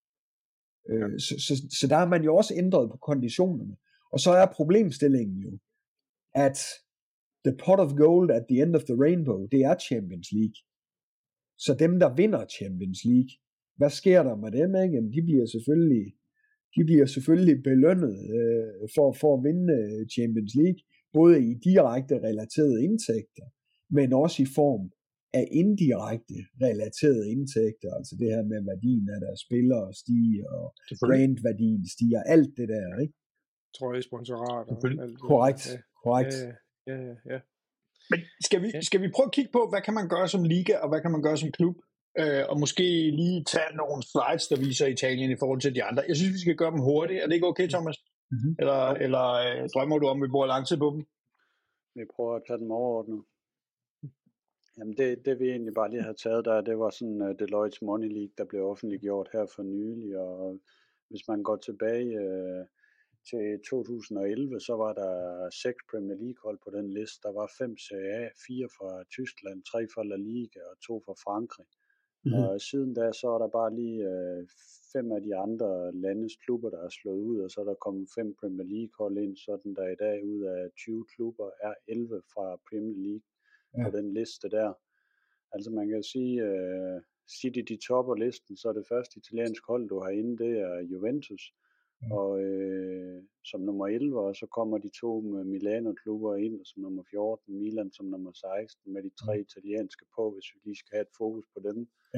Så der har man jo også ændret på konditionerne. Og så er problemstillingen jo, at the pot of gold at the end of the rainbow, det er Champions League. Så dem, der vinder Champions League, hvad sker der med dem? Ikke? Jamen, de bliver selvfølgelig belønnet for at vinde Champions League, både i direkte relaterede indtægter, men også i form af indirekte relaterede indtægter, altså det her med værdien af deres spillere stiger, og brandværdien stiger, alt det der, ikke? Trøjesponsorat og alt det. Korrekt. Ja. Men skal vi prøve at kigge på, hvad kan man gøre som liga, og hvad kan man gøre som klub? Og måske lige tage nogle slides, der viser Italien i forhold til de andre. Jeg synes, vi skal gøre dem hurtigt. Er det ikke okay, Thomas? Mm-hmm. Eller drømmer du om, vi bruger lang tid på dem? Vi prøver at tage dem overordnet. Jamen det vi egentlig bare lige havde taget der, det var sådan Deloitte's Money League, der blev offentliggjort her for nylig, og hvis man går tilbage til 2011, så var der 6 Premier League hold på den liste. Der var 5 Serie A, 4 fra Tyskland, 3 fra La Liga og 2 fra Frankrig. Mm-hmm. Og siden da, så er der bare lige 5 af de andre landes klubber, der er slået ud, og så er der kommet 5 Premier League hold ind, sådan der i dag ud af 20 klubber er 11 fra Premier League på den liste der. Altså man kan sige, City de topper listen, så er det første italienske hold, du har inde, det er Juventus, og som nummer 11, og så kommer de 2 Milano-klubber ind, som nummer 14, Milan som nummer 16, med de 3 italienske på, hvis vi lige skal have et fokus på dem. Ja.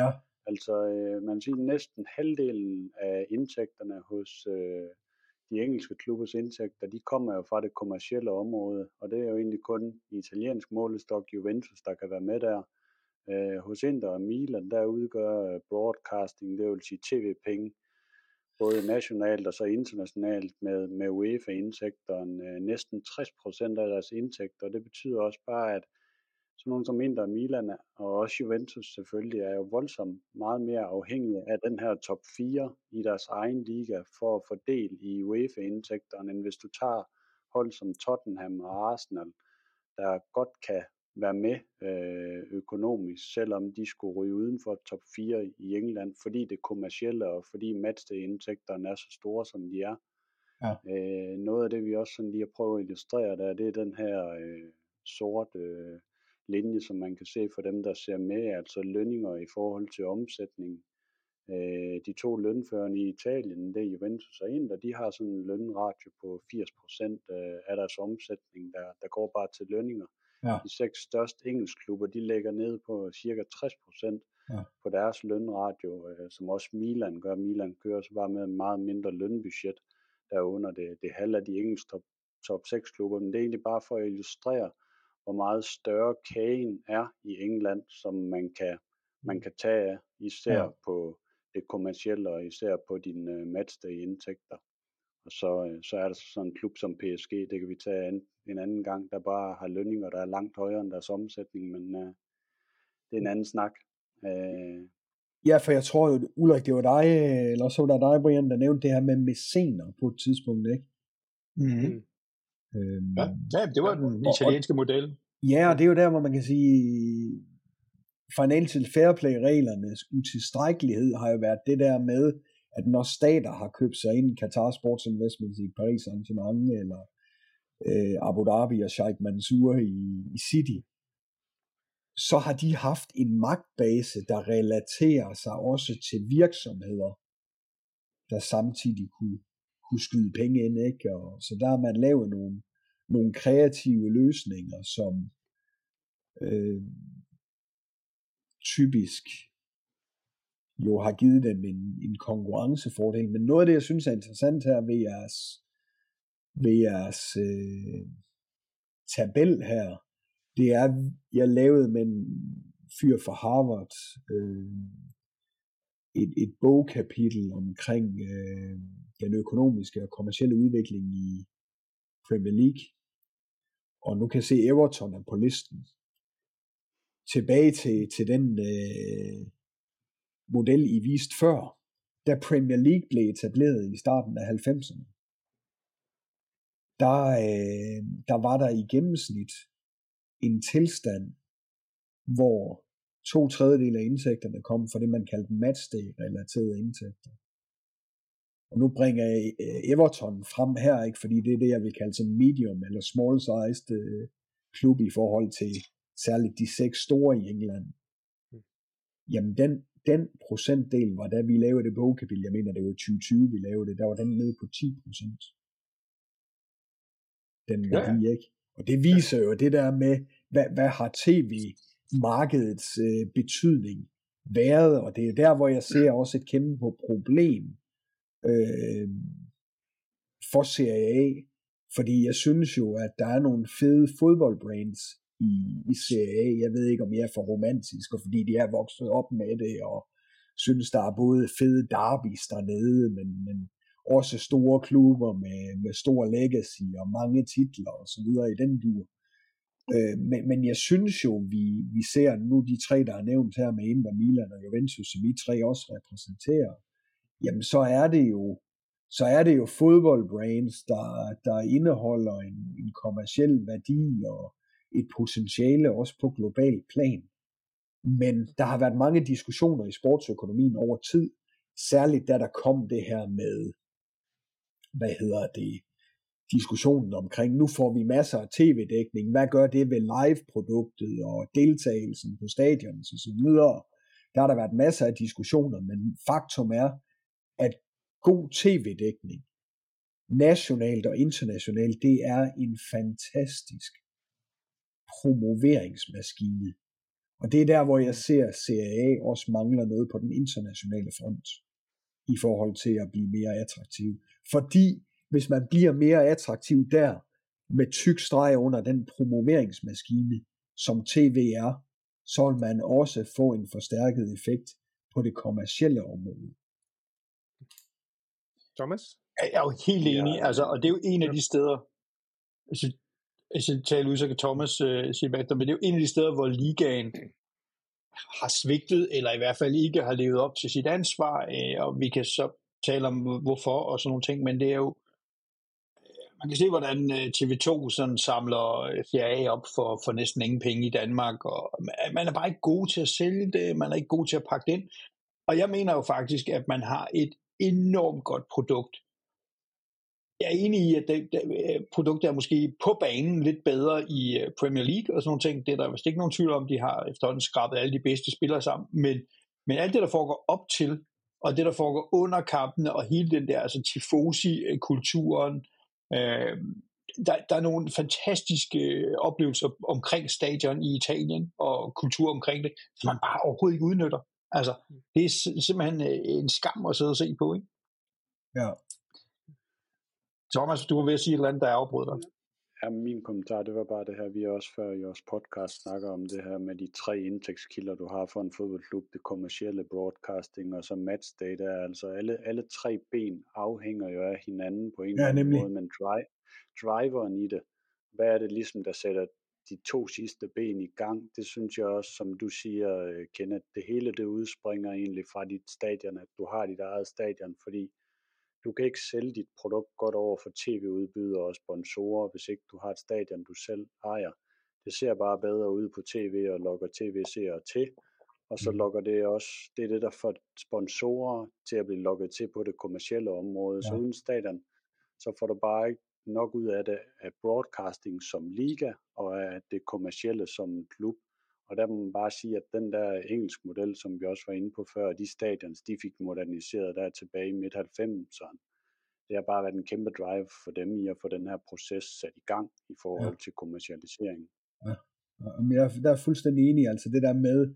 Altså man siger næsten halvdelen af indtægterne hos de engelske klubbers indtægter, de kommer jo fra det kommercielle område, og det er jo egentlig kun i italiensk målestok Juventus, der kan være med der. Hos Inter og Milan, der udgør broadcasting, det vil sige tv-penge, både nationalt og så internationalt med UEFA-indtægterne, næsten 60% af deres indtægter. Det betyder også bare, at sådan nogle som Inter og Milan og også Juventus selvfølgelig er jo voldsomt meget mere afhængige af den her top 4 i deres egen liga for at få del i UEFA-indtægterne, end hvis du tager hold som Tottenham og Arsenal, der godt kan være med økonomisk, selvom de skulle ryge uden for top 4 i England, fordi det kommercielle og fordi matchday-indtægterne er så store, som de er. Ja. Noget af det, vi også sådan lige har prøvet at illustrere der, det er den her sorte linje, som man kan se for dem, der ser med, altså lønninger i forhold til omsætning. De to lønførende i Italien, det er Juventus og Inter, de har sådan en lønratio på 80% af deres omsætning, der går bare til lønninger. Ja. De 6 største engelskklubber, de ligger nede på cirka 60% på deres lønradio, som også Milan gør. Milan kører så bare med en meget mindre lønbudget, der under det halve af de engelske top 6 klubber. Men det er egentlig bare for at illustrere, hvor meget større kagen er i England, som man kan tage af, især på det kommercielle og især på dine matchday-indtægter. Og så er der sådan en klub som PSG, det kan vi tage en anden gang, der bare har lønninger, der er langt højere end deres omsætning, men det er en anden snak. Ja, for jeg tror, Ulrik, det var dig, eller så var der dig, Brian, der nævnte det her med mæscener på et tidspunkt, ikke? Mm-hmm. Ja, det var den italienske model. Ja, og det er jo der, hvor man kan sige, financial fair play-reglernes utilstrækkelighed har jo været det der med, at når stater har købt sig ind i Qatar Sports Investments i Paris Saint-Germain, eller Abu Dhabi og Sheikh Mansour i City, så har de haft en magtbase, der relaterer sig også til virksomheder, der samtidig kunne skyde penge ind, ikke? Og så der har man lavet nogle kreative løsninger, som typisk jo har givet dem en konkurrencefordel. Men noget af det, jeg synes er interessant her ved jeres tabel her, det er, jeg lavede med en fyr fra Harvard et bogkapitel omkring den økonomiske og kommercielle udvikling i Premier League. Og nu kan jeg se, Everton er på listen. Tilbage til den model, I viste før, da Premier League blev etableret i starten af 90'erne, der var der i gennemsnit en tilstand, hvor 2/3 af indtægterne kom fra det, man kaldte matchday-relaterede indtægter. Og nu bringer jeg Everton frem her, ikke, fordi det er det, jeg vil kalde sådan medium eller small-sized klub i forhold til særligt de 6 store i England. Jamen den procentdel var, da vi lavede det bogkapitel, jeg mener det var 2020, vi lavede det, der var den nede på 10%. Den værdi, ikke? Og det viser jo det der med, hvad har tv-markedets betydning været, og det er der, hvor jeg ser også et kæmpe problem for Serie A, fordi jeg synes jo, at der er nogle fede fodboldbrands i Serie A. Jeg ved ikke, om jeg er for romantisk, og fordi de er vokset op med det, og synes, der er både fede derbys dernede, men også store klubber med stor legacy og mange titler og så videre i den dur. Men jeg synes jo, vi ser nu de 3, der er nævnt her med Inter, Milan og Juventus, som vi 3 også repræsenterer, jamen så er det jo fodboldbrands, der indeholder en kommerciel værdi og et potentiale også på global plan. Men der har været mange diskussioner i sportsøkonomien over tid, særligt da der kom det her med, diskussionen omkring, nu får vi masser af tv-dækning, hvad gør det ved live-produktet og deltagelsen på stadions og så videre. Der har der været masser af diskussioner, men faktum er, at god tv-dækning, nationalt og internationalt, det er en fantastisk promoveringsmaskine. Og det er der, hvor jeg ser Serie A også mangler noget på den internationale front i forhold til at blive mere attraktiv. Fordi hvis man bliver mere attraktiv der, med tyk streg under den promoveringsmaskine, som TV er, så vil man også få en forstærket effekt på det kommercielle område. Thomas? Jeg er jo helt enig, altså, og det er jo en af de steder, hvis jeg taler ud, så kan Thomas sige bagefter, men det er jo en af de steder, hvor ligaen har svigtet, eller i hvert fald ikke har levet op til sit ansvar, og vi kan så tale om hvorfor og sådan nogle ting, men det er jo, man kan se, hvordan TV2 sådan samler FIA op for næsten ingen penge i Danmark, og man er bare ikke god til at sælge det, man er ikke god til at pakke det ind, og jeg mener jo faktisk, at man har et enormt godt produkt. Jeg er enig i, at det produkt er måske på banen lidt bedre i Premier League og sådan nogle ting. Det er der vist ikke nogen tvivl om, de har efterhånden skrabet alle de bedste spillere sammen. Men alt det, der foregår op til, og det, der foregår under kampene, og hele den der altså tifosi-kulturen, der er nogle fantastiske oplevelser omkring stadion i Italien, og kultur omkring det, som man bare overhovedet ikke udnytter. Altså, det er simpelthen en skam at sidde og se på, ikke? Ja. Thomas, du var ved at sige et eller andet, der afbrød dig. Ja, min kommentar, det var bare det her, vi også før i vores podcast snakker om det her med de 3 indtægtskilder, du har for en fodboldklub, det kommercielle, broadcasting og så matchdata, altså alle 3 ben afhænger jo af hinanden på en eller anden måde, men driveren i det, hvad er det ligesom, der sætter de 2 sidste ben i gang? Det synes jeg også, som du siger, Kenneth, det hele det udspringer egentlig fra dit stadion, at du har dit eget stadion, fordi du kan ikke sælge dit produkt godt over for tv-udbydere og sponsorer, hvis ikke du har et stadion, du selv ejer. Det ser bare bedre ud på tv og lokker tv-seere til, og så lokker det også, det er det, der får sponsorer til at blive lokket til på det kommercielle område. Ja. Så uden stadion, så får du bare ikke nok ud af det, af broadcasting som liga, og af det kommercielle som klub. Og der må man bare sige, at den der engelsk model, som vi også var inde på før, de stadions, de fik moderniseret der tilbage i midt-90'erne. Det har bare været en kæmpe drive for dem i at få den her proces sat i gang i forhold til kommercialisering. Ja. Der er fuldstændig enig, altså det der med,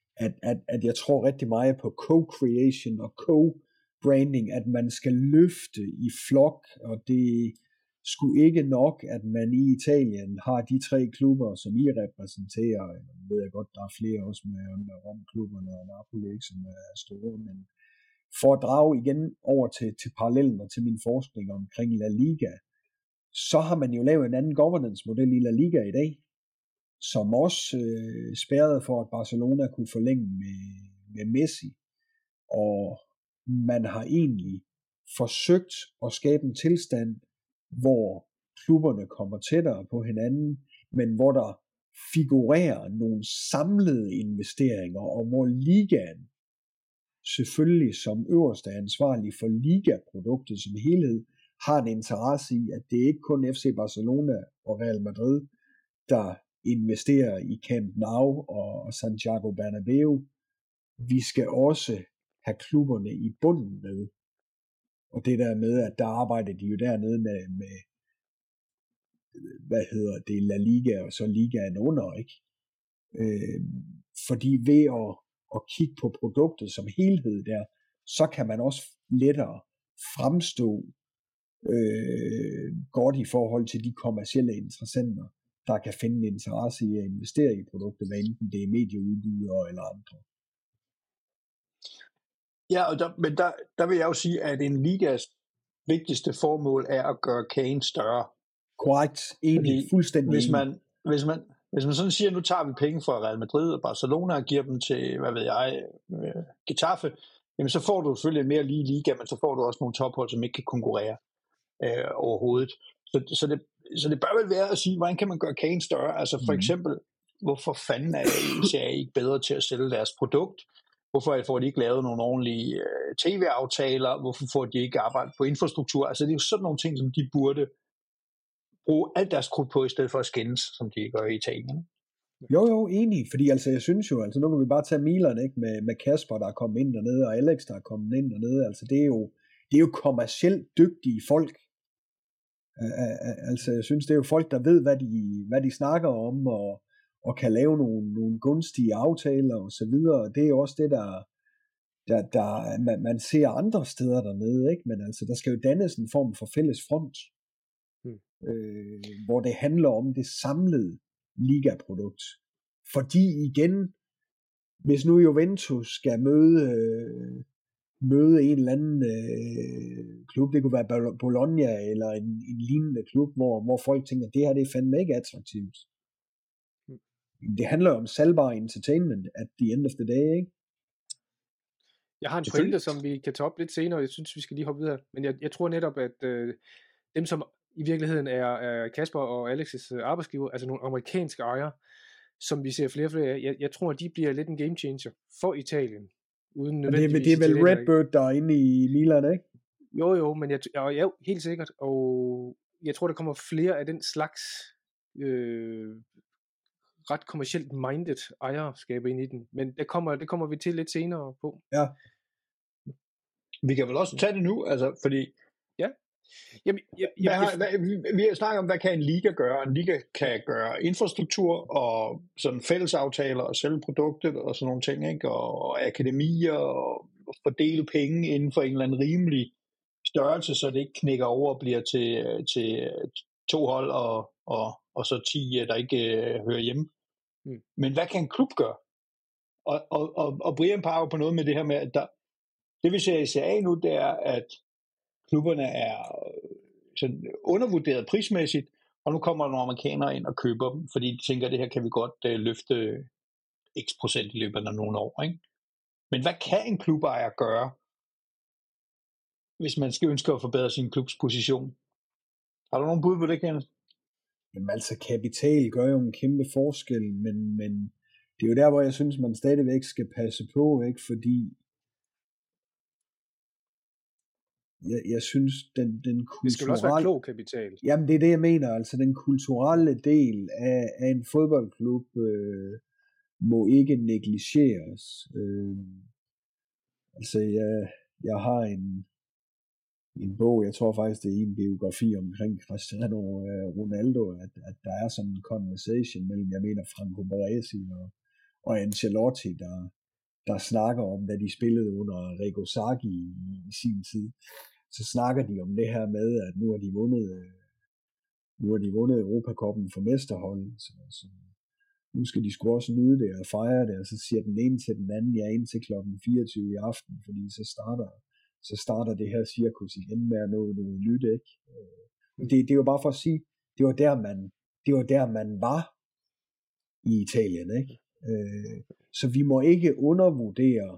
at jeg tror rigtig meget på co-creation og co-branding, at man skal løfte i flok, og det skulle ikke nok, at man i Italien har de 3 klubber, som I repræsenterer. Jeg ved jeg godt, der er flere også med Rom-klubberne og Napoli, som er store, men for at drage igen over til parallellen og til min forskning omkring La Liga, så har man jo lavet en anden governance-model i La Liga i dag, som også spærrede for, at Barcelona kunne forlænge med Messi, og man har egentlig forsøgt at skabe en tilstand, hvor klubberne kommer tættere på hinanden, men hvor der figurerer nogle samlede investeringer, og hvor ligaen selvfølgelig som øverste ansvarlig for ligaproduktet som helhed, har en interesse i, at det ikke kun FC Barcelona og Real Madrid, der investerer i Camp Nou og Santiago Bernabéu. Vi skal også have klubberne i bunden med. Og det der med, at der arbejder de jo dernede med hvad hedder det, La Liga og så Ligaen under, ikke? Fordi ved at kigge på produktet som helhed der, så kan man også lettere fremstå godt i forhold til de kommercielle interessenter, der kan finde en interesse i at investere i produktet, hvad enten det er medieudbydere eller andre. Ja, men der vil jeg jo sige, at en ligas vigtigste formål er at gøre kagen større. Korrekt, enig, fuldstændig hvis man sådan siger, nu tager vi penge fra Real Madrid og Barcelona og giver dem til, hvad ved jeg, Getafe, jamen så får du selvfølgelig mere lige liga, men så får du også nogle tophold, som ikke kan konkurrere overhovedet. Så det bør vel være at sige, hvordan kan man gøre kagen større? Altså for eksempel, hvorfor fanden er CA ikke bedre til at sælge deres produkt? Hvorfor får de ikke lavet nogle ordentlige tv-aftaler? Hvorfor får de ikke arbejdet på infrastruktur? Altså det er jo sådan nogle ting, som de burde bruge alt deres krudt på, i stedet for at skændes, som de gør i Italien. Jo, enig, fordi altså jeg synes jo, altså nu kan vi bare tage Milan, ikke, med Kasper, der er kommet ind dernede, og Alex, der er kommet ind dernede, altså det er jo kommercielt dygtige folk. Altså jeg synes, det er jo folk, der ved, hvad de snakker om, og kan lave nogle gunstige aftaler og så videre. Det er jo også det, man ser andre steder dernede, ikke? Men altså, der skal jo dannes en form for fælles front, hvor det handler om det samlede ligaprodukt. Fordi igen, hvis nu Juventus skal møde en eller anden klub, det kunne være Bologna eller en lignende klub, hvor folk tænker, det her det er fandme ikke attraktivt. Det handler om salgbar entertainment at the end of the day, ikke? Jeg har en pointe, som vi kan tage op lidt senere, jeg synes, vi skal lige hoppe videre. Men jeg tror netop, at dem, som i virkeligheden er Kasper og Alex' arbejdsgiver, altså nogle amerikanske ejere, som vi ser flere og flere af, jeg tror, at de bliver lidt en game changer for Italien. Uden nødvendigvis det er vel Redbird, der er inde i Milan, ikke? Jo, men jeg helt sikkert, og jeg tror, der kommer flere af den slags ret kommercielt minded ejerskaber ind i den, men det kommer vi til lidt senere på. Ja. Vi kan vel også tage det nu, altså, fordi ja. Vi har snakket om, hvad kan en liga gøre? En liga kan gøre infrastruktur og sådan fællesaftaler og sælge produktet og sådan nogle ting, ikke? Og akademier og fordele penge inden for en eller anden rimelig størrelse, så det ikke knækker over og bliver til 2 hold og så 10, der ikke hører hjemme. Men hvad kan en klub gøre? Og Brian peger på noget med det her med, at det vi ser i CA nu, det er, at klubberne er sådan undervurderet prismæssigt, og nu kommer nogle amerikanere ind og køber dem, fordi de tænker, at det her kan vi godt løfte x procent i løbet af nogle år, ikke? Men hvad kan en klubejer gøre, hvis man skal ønske at forbedre sin klubs position? Har du nogen bud på det, Kenneth? Jamen altså, kapital gør jo en kæmpe forskel, men det er jo der, hvor jeg synes, man stadigvæk skal passe på, ikke? Fordi jeg synes, den kulturelle... Det skal også være klog kapital. Jamen, det er det, jeg mener. Altså, den kulturelle del af en fodboldklub må ikke negligeres. Altså, jeg har en bog, jeg tror faktisk, det er en biografi omkring Cristiano Ronaldo, at der er sådan en conversation mellem, jeg mener, Franco Baresi og Ancelotti, der snakker om, da de spillede under Arrigo Sacchi i sin tid, så snakker de om det her med, at nu har de vundet Europacuppen for mesterhold, så nu skal de sgu også nyde det og fejre det, og så siger den ene til den anden, ja, indtil klokken 24 i aften, fordi så starter det her cirkus igen med at nå noget nyt, ikke? Det er jo bare for at sige, det var der man var i Italien, ikke? Så vi må ikke undervurdere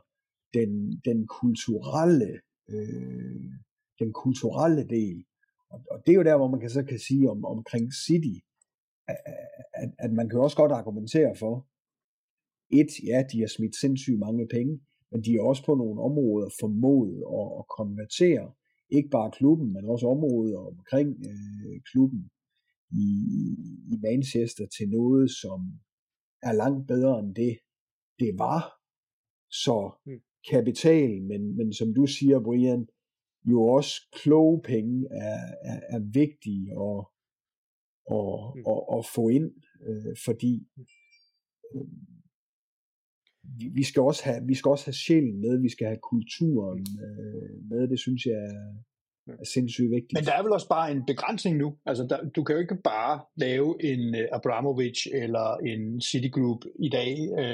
den kulturelle del. Og det er jo der, hvor man så kan sige omkring City, at man kan også godt argumentere for, ja, de har smidt sindssygt mange penge, men de er også på nogle områder formået at konvertere, ikke bare klubben, men også områder omkring klubben i Manchester til noget, som er langt bedre end det var. Så kapital, men som du siger, Brian, jo også kloge penge er vigtige at få ind, fordi vi skal også have sjælen med, vi skal have kulturen med, det synes jeg er sindssygt vigtigt. Men der er vel også bare en begrænsning nu, altså du kan jo ikke bare lave en Abramovich eller en Citigroup i dag.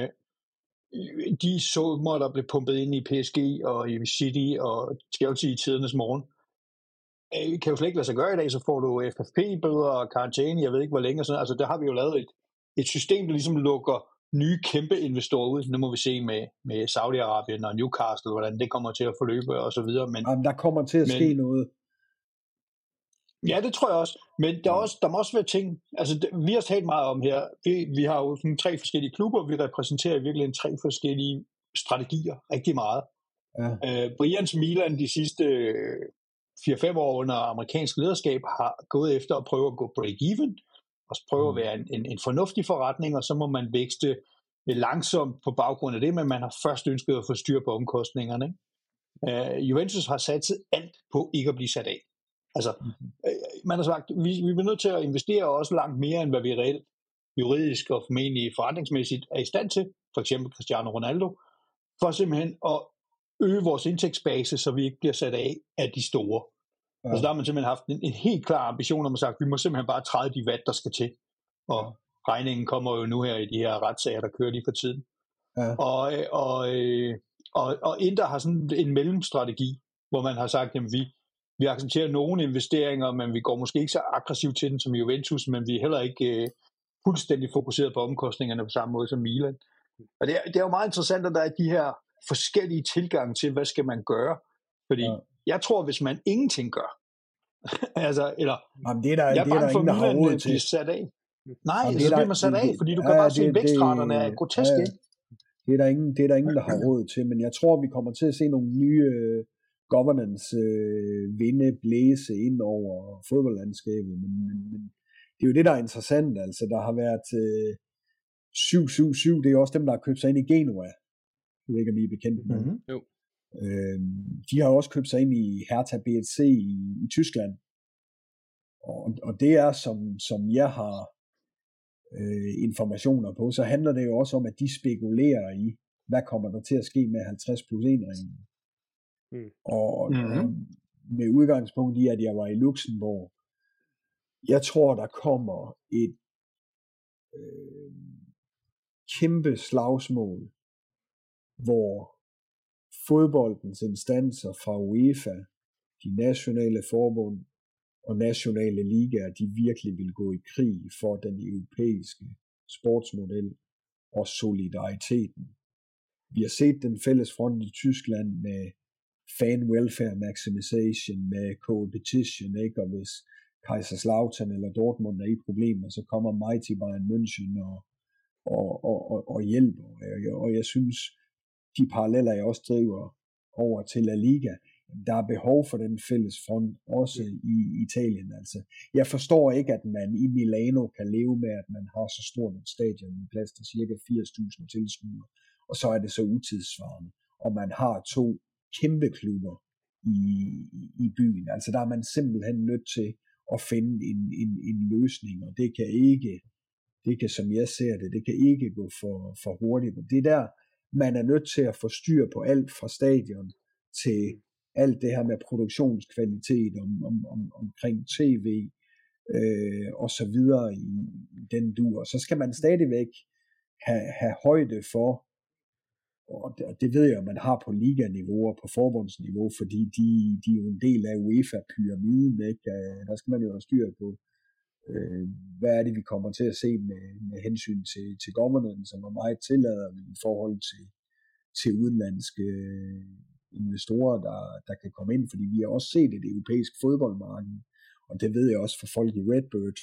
De summer, der blev pumpet ind i PSG og i City og Chelsea i tidernes morgen, kan jo slet ikke lade sig gøre i dag, så får du FFP-bøder og karantæne, jeg ved ikke hvor længe, sådan. Altså der har vi jo lavet et system, der ligesom lukker nye kæmpe investorer ud. Nu må vi se med Saudi-Arabien og Newcastle, hvordan det kommer til at forløbe og så videre. Men der kommer til at ske noget. Ja, det tror jeg også. Men der må også være ting, altså vi har talt meget om her, vi har jo sådan 3 forskellige klubber, vi repræsenterer virkelig 3 forskellige strategier, rigtig meget. Ja. Brians Milan de sidste 4-5 år under amerikansk lederskab har gået efter at prøve at gå break-even, og prøve at være en fornuftig forretning, og så må man vækste langsomt på baggrund af det, men man har først ønsket at få styr på omkostningerne. Juventus har satset alt på ikke at blive sat af. Altså, man har sagt, vi er nødt til at investere også langt mere, end hvad vi reelt juridisk og formentlig forretningsmæssigt er i stand til, for eksempel Cristiano Ronaldo, for simpelthen at øge vores indtægtsbase, så vi ikke bliver sat af de store. Ja. Altså der har man simpelthen haft en helt klar ambition om at sige, at vi må simpelthen bare træde de vat, der skal til. Og regningen kommer jo nu her i de her retssager, der kører lige for tiden. Ja. Og Inter har sådan en mellemstrategi, hvor man har sagt, at vi accepterer nogle investeringer, men vi går måske ikke så aggressivt til den som Juventus, men vi er heller ikke fuldstændig fokuseret på omkostningerne på samme måde som Milan. Og det er jo meget interessant, at der er de her forskellige tilgange til, hvad skal man gøre. Fordi jeg tror, hvis man ingenting gør, altså, eller jamen, jeg er bange for, at Milan bliver sat af. Nej, så bliver man sat af, fordi du kan bare se, at vækstraterne er groteske. Det er der ingen, der har råd til, men jeg tror, vi kommer til at se nogle nye governance vinde, blæse ind over fodboldlandskabet, men det er jo det, der er interessant, altså der har været 777, det er også dem, der har købt sig ind i Genoa, jeg ved ikke, om I er bekendt med. Mm-hmm. Jo. De har også købt sig ind i Hertha BSC i Tyskland, og det er, som jeg har informationer på, så handler det jo også om, at de spekulerer i, hvad kommer der til at ske med 50+1-reglen. Og med udgangspunkt i, at jeg var i Luxembourg, jeg tror, der kommer et kæmpe slagsmål, hvor fodboldens instanser fra UEFA, de nationale forbund og nationale ligaer, de virkelig vil gå i krig for den europæiske sportsmodel og solidariteten. Vi har set den fælles front i Tyskland med fan welfare maximization, med competition, ikke? Og hvis Kaiserslautern eller Dortmund er i problemer, så kommer Mighty Bayern München og hjælper. Og jeg synes, de paralleller, jeg også driver over til La Liga, der er behov for den fælles front, også i Italien. Altså, jeg forstår ikke, at man i Milano kan leve med, at man har så stort et stadion med plads til cirka 80.000 tilskuere, og så er det så utidsvarende. Og man har 2 kæmpe klubber i byen. Altså, der er man simpelthen nødt til at finde en løsning, og det kan, som jeg ser det kan ikke gå for hurtigt. Det er der, man er nødt til at få styr på alt fra stadion til alt det her med produktionskvalitet omkring tv og så videre i den dur. Så skal man stadigvæk have højde for, og det ved jeg, man har på liganiveau og på forbundsniveau, fordi de er jo en del af UEFA-pyramiden, ikke? Der skal man jo have styr på, hvad er det, vi kommer til at se med hensyn til governance, og hvor meget tillader vi i forhold til udenlandske investorer, der kan komme ind, fordi vi har også set et europæisk fodboldmarked, og det ved jeg også for folk i Redbird,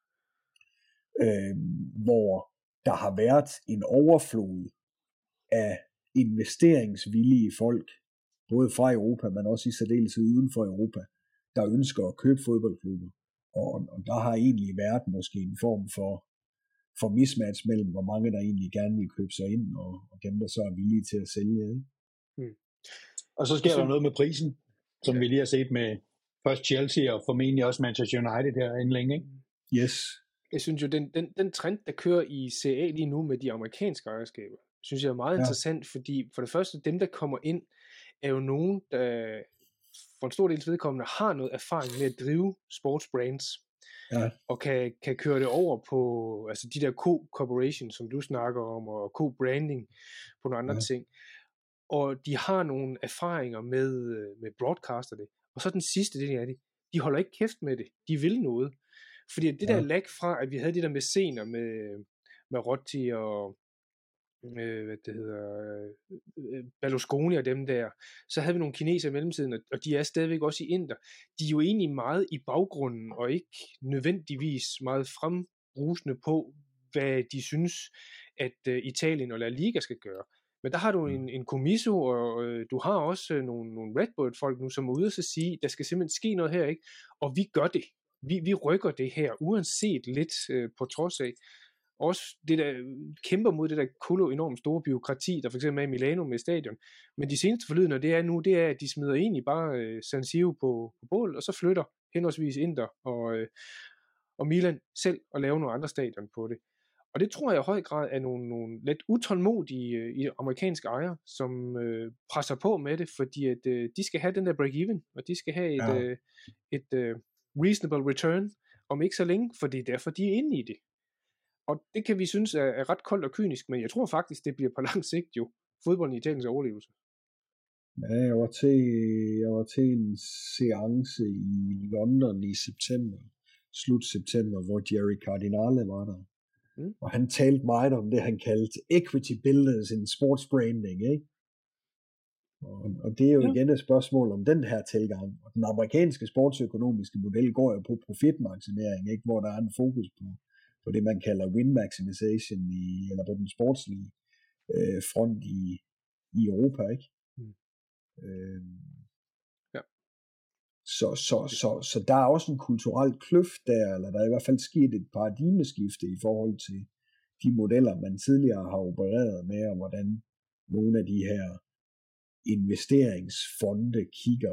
hvor der har været en overflod af investeringsvillige folk, både fra Europa, men også i særdeleshed uden for Europa, der ønsker at købe fodboldklubber. Og der har egentlig været måske en form for mismatch mellem, hvor mange der egentlig gerne vil købe sig ind, og dem, der så er villige til at sælge. Og så sker der noget med prisen, som vi lige har set med først Chelsea og formentlig også Manchester United her inden længe, ikke? Yes. Jeg synes jo, den trend, der kører i CA lige nu med de amerikanske ejerskaber, synes jeg er meget interessant, fordi for det første, dem der kommer ind, er jo nogen, der for en stor dels vedkommende har noget erfaring med at drive sportsbrands, og kan køre det over på altså de der co-corporation, som du snakker om, og co-branding på nogle andre ting. Og de har nogle erfaringer med broadcaster det. Og så den sidste del af det, de holder ikke kæft med det. De vil noget. Fordi det der lag fra, at vi havde de der mæscener med Rotti og Berlusconi og dem der, så havde vi nogle kinesere i mellemtiden, og de er stadigvæk også i Inter. De er jo egentlig meget i baggrunden, og ikke nødvendigvis meget fremrusende på, hvad de synes, at Italien og La Liga skal gøre. Men der har du en Comiso, og du har også nogle Redbird-folk nu, som er ude og så sige, der skal simpelthen ske noget her, ikke? Og vi gør det. Vi rykker det her, uanset lidt på trods af. Også det der kæmper mod det der enormt store byråkrati, der for eksempel er i Milano med stadion. Men de seneste forlydender, det er, at de smider egentlig bare San Siro på bål, og så flytter henholdsvis Inter og Milan selv og laver nogle andre stadion på det. Og det tror jeg i høj grad er nogle lidt utålmodige i amerikanske ejere, som presser på med det, fordi at de skal have den der break-even, og de skal have et reasonable return om ikke så længe, for det er derfor, de er inde i det. Og det kan vi synes er ret koldt og kynisk, men jeg tror faktisk, det bliver på lang sigt jo fodbolden i Italiens overlevelse. Ja, jeg var til en seance i London i september, slut september, hvor Jerry Cardinale var der. Og han talte meget om det, han kaldte equity builders in sports branding, ikke? Og det er jo igen et spørgsmål om den her tilgang. Og den amerikanske sportsøkonomiske model går jo på profitmaksimering, ikke? Hvor der er en fokus på det, man kalder win maximization, eller på den sportslige front i Europa, ikke? Så der er også en kulturel kløft der, eller der er i hvert fald sket et paradigmeskifte i forhold til de modeller, man tidligere har opereret med, og hvordan nogle af de her investeringsfonde kigger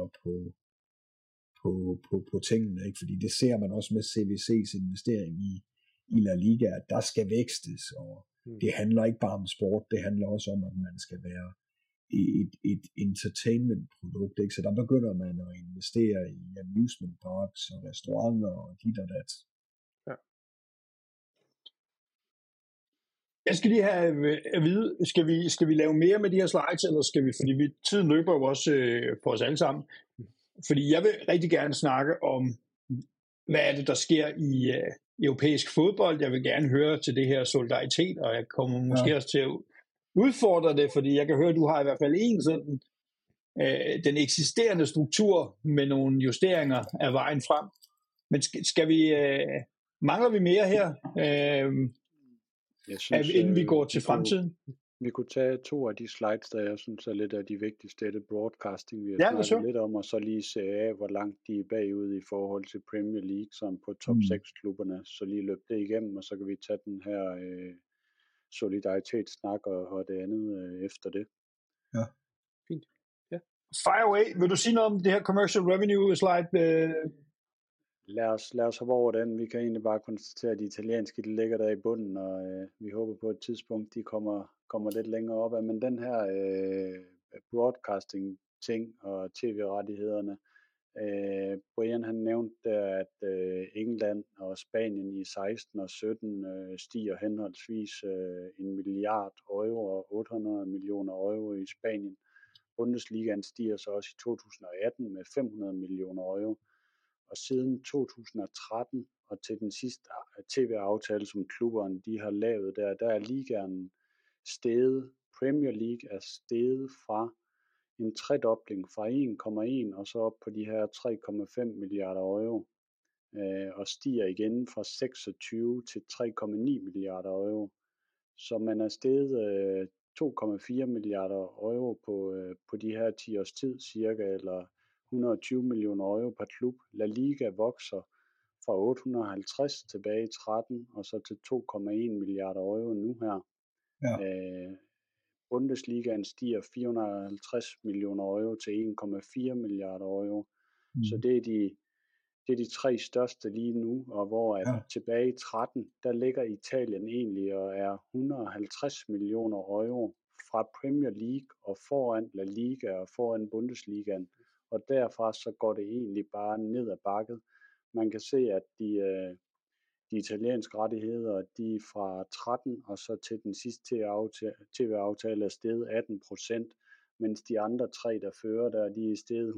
på tingene, ikke? Fordi det ser man også med CVC's investering i La Liga, at der skal vækstes, og det handler ikke bare om sport, det handler også om, at man skal være et entertainment-produkt, ikke? Så der begynder man at investere i amusement parks og restauranter og dit og dat. Ja. Jeg skal lige have at vide, skal vi lave mere med de her slides, eller skal vi, fordi tiden løber jo også for os alle sammen, fordi jeg vil rigtig gerne snakke om, hvad er det, der sker i europæisk fodbold. Jeg vil gerne høre til det her solidaritet, og jeg kommer måske også til at udfordre det, fordi jeg kan høre, at du har i hvert fald en sådan, den eksisterende struktur med nogle justeringer af vejen frem. Men skal vi, mangler vi mere her, jeg synes, inden vi går til fremtiden? Vi kunne tage 2 af de slides, der jeg synes er lidt af de vigtigste. Det broadcasting, vi har snakket lidt om, og så lige se af, hvor langt de er bagud i forhold til Premier League, som på top 6-klubberne. Så lige løb det igennem, og så kan vi tage den her solidaritetssnak og det andet efter det. Ja. Fint. Ja. Fire away. Vil du sige noget om det her commercial revenue slide? Lad os hoppe over den. Vi kan egentlig bare konstatere, at de italienske de ligger der i bunden, og vi håber på et tidspunkt, de kommer lidt længere op af. Men den her broadcasting ting og tv-rettighederne, Brian han nævnte, at England og Spanien i 16 og 17 stiger henholdsvis 1 milliard euro og 800 millioner euro i Spanien. Bundesligaen stiger så også i 2018 med 500 millioner euro. Og siden 2013 og til den sidste tv-aftale, som klubberne de har lavet, der er ligaen steget. Premier League er steget fra en tredobling fra 1,1 og så op på de her 3,5 milliarder euro. Og stiger igen fra 26 til 3,9 milliarder euro. Så man er steget 2,4 milliarder euro på de her 10 års tid cirka, eller 120 millioner euro per klub. La Liga vokser fra 850 tilbage i 13 og så til 2,1 milliarder euro nu her. Ja. Bundesligaen stiger 450 millioner euro til 1,4 milliarder euro. Så det er de 3 største lige nu, og hvor tilbage i 13, der ligger Italien egentlig og er 150 millioner euro fra Premier League og foran La Liga og foran Bundesligaen. Og derfra så går det egentlig bare ned ad bakket. Man kan se, at de italienske rettigheder, de fra 13 og så til den sidste tv-aftale er steget 18%, mens de andre 3, der fører der, de er steget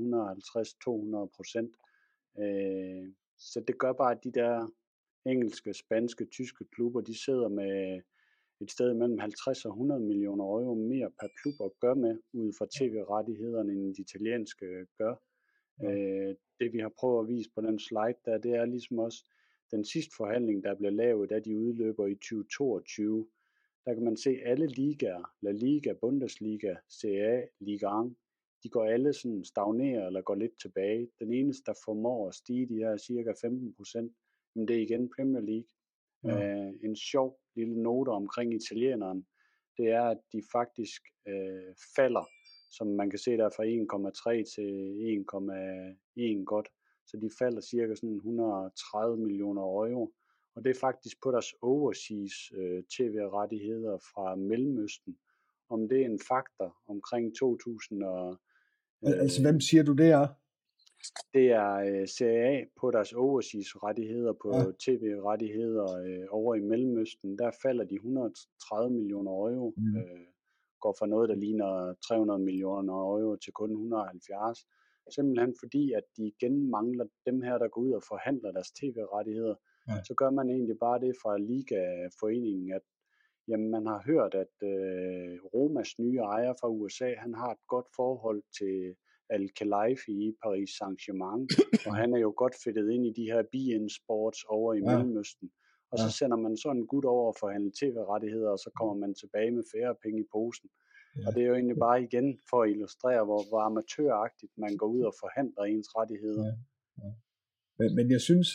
150-200%. Så det gør bare, at de der engelske, spanske, tyske klubber, de sidder med et sted mellem 50 og 100 millioner euro mere per klub at gøre med, ud fra tv-rettighederne, end de italienske gør. Det vi har prøvet at vise på den slide der, det er ligesom også den sidste forhandling, der blev lavet, da de udløber i 2022. Der kan man se alle ligaer, La Liga, Bundesliga, Serie A, Liga 1, de går alle sådan stagnerer eller går lidt tilbage. Den eneste, der formår at stige, de her cirka 15%, men det er igen Premier League. En sjov lille note omkring italieneren, det er, at de faktisk falder, som man kan se der fra 1,3 til 1,1 godt. Så de falder cirka sådan 130 millioner euro, og det er faktisk på deres overseas tv-rettigheder fra Mellemøsten. Om det er en faktor omkring 2000 og... Altså, hvem siger du det er? Det er Serie A på deres overseas rettigheder, på tv-rettigheder over i Mellemøsten. Der falder de 130 millioner euro. Går fra noget, der ligner 300 millioner euro til kun 170. Simpelthen fordi, at de igen mangler dem her, der går ud og forhandler deres tv-rettigheder. Så gør man egentlig bare det fra Liga-foreningen, at jamen, man har hørt, at Romas nye ejer fra USA, han har et godt forhold til Al-Khelaifi i Paris Saint-Germain, og han er jo godt fedtet ind i de her beIN Sports over i Mellemøsten. Og så sender man sådan en gut over for at forhandle tv-rettigheder, og så kommer man tilbage med færre penge i posen. Og det er jo egentlig bare igen for at illustrere, hvor amatøragtigt man går ud og forhandler ens rettigheder. Men jeg synes...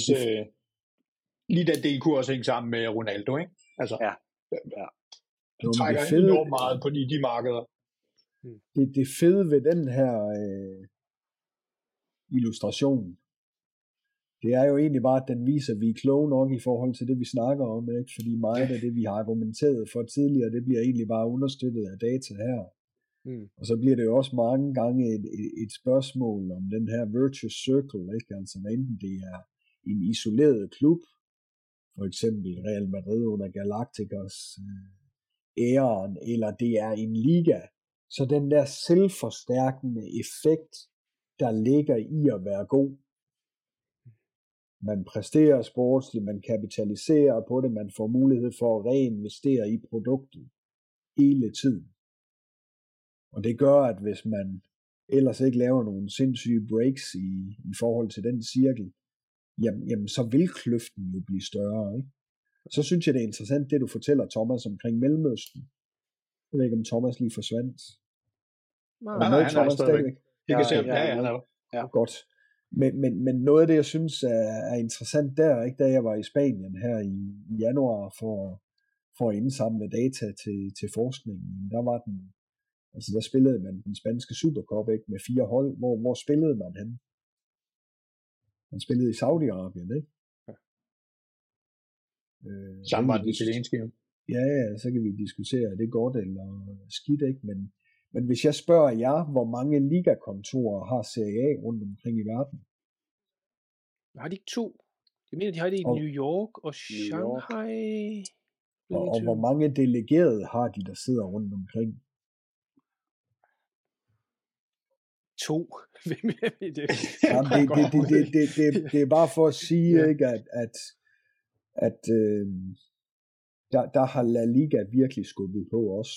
lige den del kunne også hænge sammen med Ronaldo, ikke? Altså, det trækker enormt meget på de markeder. Det fede ved den her illustration, det er jo egentlig bare, at den viser, at vi er kloge nok i forhold til det, vi snakker om, ikke? Fordi meget af det, vi har argumenteret for tidligere, det bliver egentlig bare understøttet af data her. Og så bliver det jo også mange gange et spørgsmål om den her virtuous circle, ikke? Altså enten det er en isoleret klub, for eksempel Real Madrid under Galacticos æren, eller det er en liga. Så den der selvforstærkende effekt, der ligger i at være god. Man præsterer sportsligt, man kapitaliserer på det, man får mulighed for at reinvestere i produktet hele tiden. Og det gør, at hvis man ellers ikke laver nogle sindssyge breaks i forhold til den cirkel, jamen så vil kløften jo blive større, ikke? Så synes jeg, det er interessant, det du fortæller, Thomas, omkring Mellemøsten. Jeg ved ikke, om Thomas lige forsvandt. Nej, han er stadigvæk. Det kan se, han er der. Godt. Men noget af det, jeg synes er interessant der, ikke, da jeg var i Spanien her i januar for at indsamle data til forskningen, der var den, altså der spillede man den spanske Supercup, ikke, med 4 hold. Hvor spillede man hen? Man spillede i Saudi-Arabien, ikke? Samme var det italienske, jo. Ja, så kan vi diskutere, er det godt eller skidt, ikke? Men hvis jeg spørger jer, hvor mange ligakontorer har Serie A rundt omkring i verden? Har de ikke 2? Jeg mener, de har det i New York og Shanghai. Og hvor mange delegerede har de, der sidder rundt omkring? 2. Det er bare for at sige, ikke, at der har La Liga virkelig skubbet på os.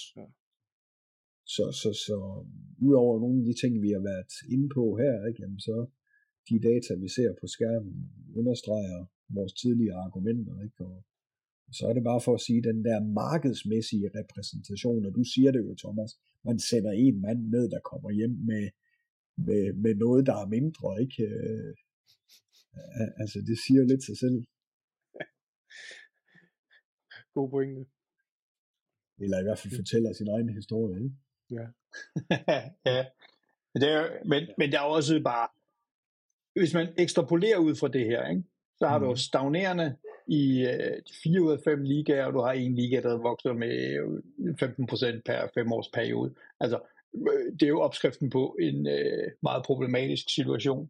Så udover nogle af de ting, vi har været inde på her, ikke, jamen så de data, vi ser på skærmen, understreger vores tidligere argumenter, ikke? Og så er det bare for at sige, den der markedsmæssige repræsentation, og du siger det jo, Thomas, man sender en mand ned, der kommer hjem med noget, der er mindre, ikke? Altså, det siger lidt sig selv. God pointe. Eller i hvert fald fortæller sin egen historie, ikke? Ja. Ja. Men der er også bare, hvis man ekstrapolerer ud fra det her, ikke, så har du stagnerende i 4 ud af 5 ligaer, og du har en liga, der vokser med 15% per 5 års periode. Altså, det er jo opskriften på en meget problematisk situation.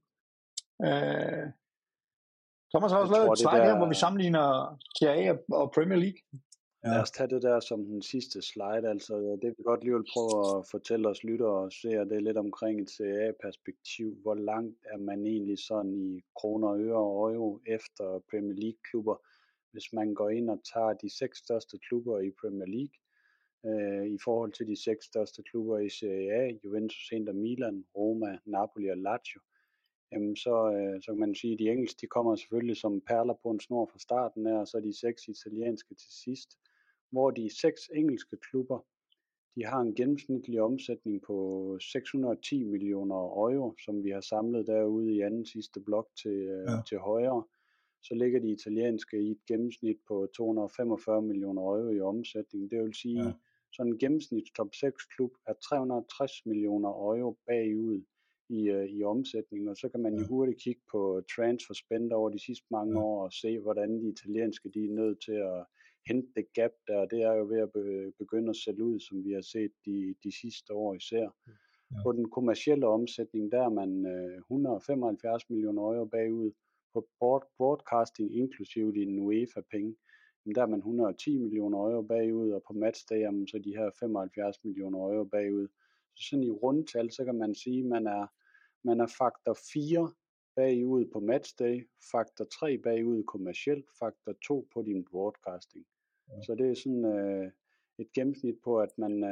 Thomas har også lavet et slide her, hvor vi sammenligner Serie A og Premier League. Ja. Lad os tage det der som den sidste slide. Altså, det vi godt lige vil prøve at fortælle os lyttere og se, det er lidt omkring et Serie A-perspektiv. Hvor langt er man egentlig sådan i kroner, øre og euro efter Premier League-klubber, hvis man går ind og tager de 6 største klubber i Premier League, i forhold til de 6 største klubber i Serie A, Juventus, Inter Milan, Roma, Napoli og Lazio. Jamen så kan man sige, at de engelske, de kommer selvfølgelig som perler på en snor fra starten af, og så de 6 italienske til sidst, hvor de 6 engelske klubber, de har en gennemsnitlig omsætning på 610 millioner euro, som vi har samlet derude i anden sidste blok til højre. Så ligger de italienske i et gennemsnit på 245 millioner euro i omsætning. Det vil sige, sådan en gennemsnits top 6 klub er 360 millioner euro bagud i omsætning, og så kan man jo hurtigt kigge på transfer spend over de sidste mange år og se, hvordan de italienske de er nødt til at hente det gap der. Det er jo ved at begynde at sælge ud, som vi har set de sidste år især. På den kommercielle omsætning, der er man 175 millioner euro bagud. På broadcasting, inklusive de UEFA-penge, der er man 110 millioner euro bagud, og på matchday, jamen, så de her 75 millioner euro bagud. Så sådan i rundtal, så kan man sige, at man er faktor 4 bagud på matchday, faktor 3 bagud kommercielt, faktor 2 på din broadcasting. Så det er sådan et gennemsnit på, at man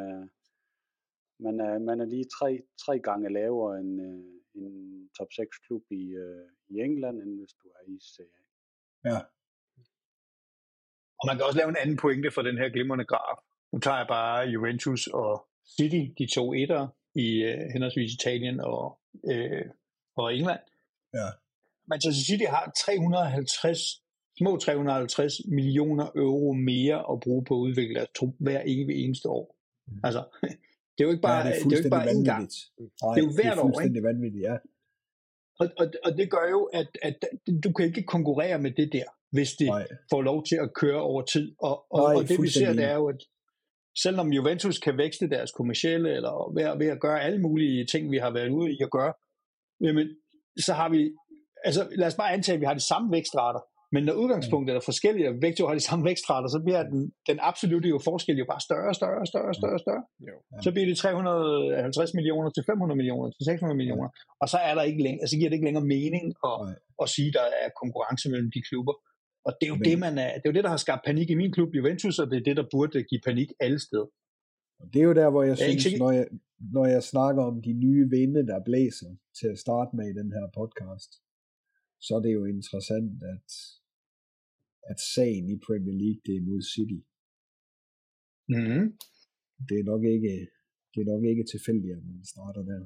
er lige tre gange lavere end en top 6 klub i England, end hvis du er i CA. Ja. Og man kan også lave en anden pointe for den her glimrende graf. Nu tager jeg bare Juventus og City, de to etter i henholdsvis Italien og England. Ja. Manchester City har 350 millioner euro mere at bruge på at udvikle deres trup hver eneste år. Altså, det er jo ikke bare, det er jo ikke bare en gang. Nej, det er jo hvert år, ikke? Det er fuldstændig vanvittigt, ja. Og det gør jo, at du kan ikke konkurrere med det der, hvis det får lov til at køre over tid. Og det vi ser, det er jo, at selvom Juventus kan vækste deres kommercielle, eller ved at gøre alle mulige ting, vi har været ude i at gøre, jamen, så har vi, altså lad os bare antage, at vi har de samme vækstrater, men når udgangspunktet er forskellige, og begge to har de samme vækstrater, så bliver den absolutte forskel jo bare større. Så bliver det 350 millioner til 500 millioner til 600 millioner, og så er der ikke længere, altså giver det ikke længere mening at sige, at der er konkurrence mellem de klubber. Og det er jo det er jo det, der har skabt panik i min klub Juventus, og det er det, der burde give panik alle steder. Det er jo der, hvor jeg synes, når jeg snakker om de nye vinde, der blæser til at starte med i den her podcast, så er det jo interessant, at sagen i Premier League, det er mod City. Mm-hmm. Det er nok ikke tilfældigt, at man starter der.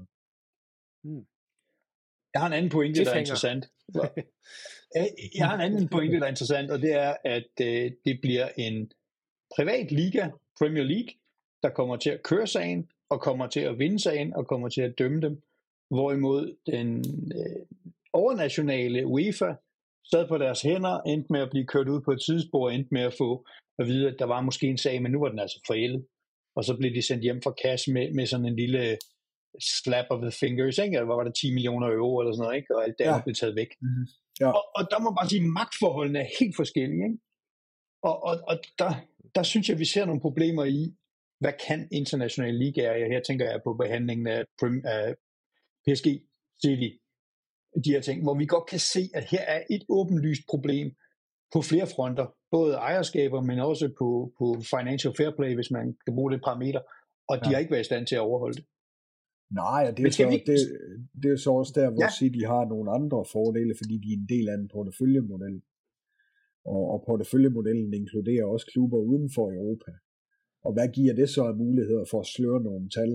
Jeg har en anden pointe, der er interessant. Jeg har en anden pointe, der er interessant, og det er, at det bliver en privat liga, Premier League, der kommer til at køre sagen, og kommer til at vinde sagen, og kommer til at dømme dem. Hvorimod den overnationale UEFA sad på deres hænder, endte med at blive kørt ud på et sidespor, endte med at få at vide, at der var måske en sag, men nu var den altså forældet. Og så blev de sendt hjem fra kasse med sådan en lille slap of the fingers, ikke? Eller var det 10 millioner euro eller sådan noget, ikke? Og alt det blev taget væk. Mm-hmm. Ja. Og der må man bare sige, at magtforholdene er helt forskellige, ikke? Og der synes jeg, vi ser nogle problemer i, hvad kan internationale ligaer? Her tænker jeg på behandlingen af PSG, City, de her ting, hvor vi godt kan se, at her er et åbenlyst problem på flere fronter, både ejerskaber, men også på financial fair play, hvis man kan bruge det parameter, og de har ikke været i stand til at overholde det. Nej, og det er jo så også der, hvor City har nogle andre fordele, fordi de er en del af en porteføljemodel. Og porteføljemodellen inkluderer også klubber uden for Europa. Og hvad giver det så af muligheder for at sløre nogle tal?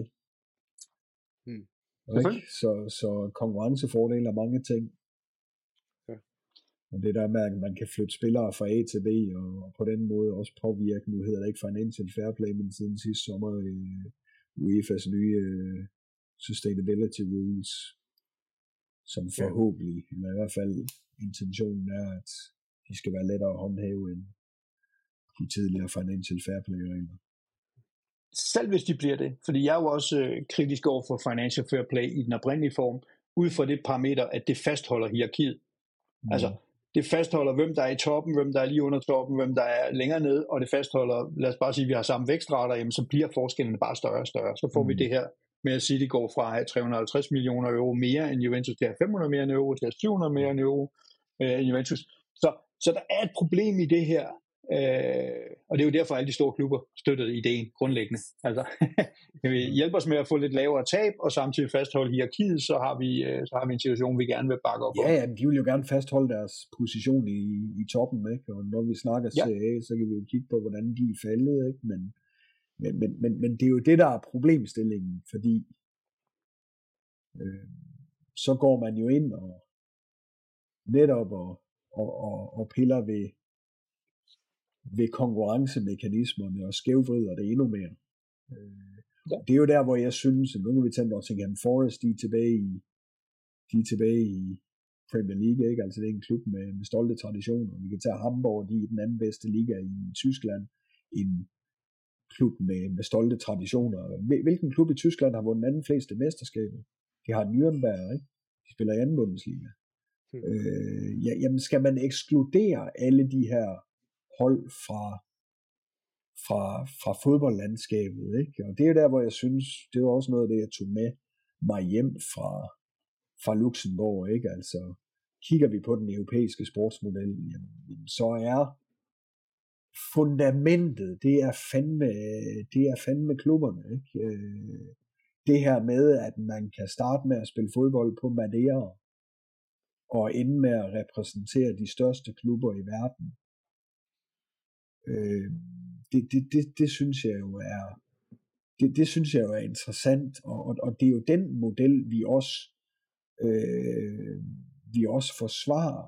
Så konkurrencefordele er mange ting. Ja. Og det der med, at man kan flytte spillere fra A til B, og på den måde også påvirke, nu hedder det ikke financial fair play, men siden sidste sommer UEFA's nye sustainability rules, som forhåbentlig, eller i hvert fald intentionen er, at de skal være lettere at håndhæve end de tidligere financial fair play regler. Selv hvis de bliver det, fordi jeg er jo også kritisk over for financial fair play i den oprindelige form, ud fra det parameter, at det fastholder hierarkiet. Altså, det fastholder, hvem der er i toppen, hvem der er lige under toppen, hvem der er længere nede, og det fastholder, lad os bare sige, at vi har samme vækstrater, jamen så bliver forskellen bare større og større. Så får vi det her med at City går fra at have 350 millioner euro mere end Juventus til at have 500 mere end euro, til at have 700 mere end euro end Juventus. Så der er et problem i det her, og det er jo derfor, alle de store klubber støttede ideen grundlæggende. Altså, kan vi hjælpe os med at få lidt lavere tab, og samtidig fastholde hierarkiet, så har vi en situation, vi gerne vil bakke op om. Ja, de vil jo gerne fastholde deres position i toppen, ikke? Og når vi snakker CA, så kan vi jo kigge på, hvordan de er faldet, ikke? Men det er jo det, der er problemstillingen, fordi så går man jo ind og netop og piller ved konkurrencemekanismerne og skævvrider det endnu mere. Det er jo der, hvor jeg synes, at nu kan vi tage Nottingham Forest, de er tilbage De er tilbage i Premier League, ikke? Altså det er en klub med stolte traditioner. Vi kan tage Hamburg, de er den anden bedste liga i Tyskland. En klub med stolte traditioner. Hvilken klub i Tyskland har vundet anden fleste mesterskaber? De har Nürnberg, ikke? De spiller i anden Bundesliga. Jamen skal man ekskludere alle de her hold fra fodboldlandskabet, ikke? Og det er der, hvor jeg synes, det var også noget af det, jeg tog med mig hjem fra Luxembourg, ikke? Altså, kigger vi på den europæiske sportsmodel, jamen, så er fundamentet, det er fandme klubberne, ikke? Det her med, at man kan starte med at spille fodbold på Madeira, og ende med at repræsentere de største klubber i verden. Det synes jeg jo er det synes jeg jo er interessant, og det er jo den model vi også forsvarer.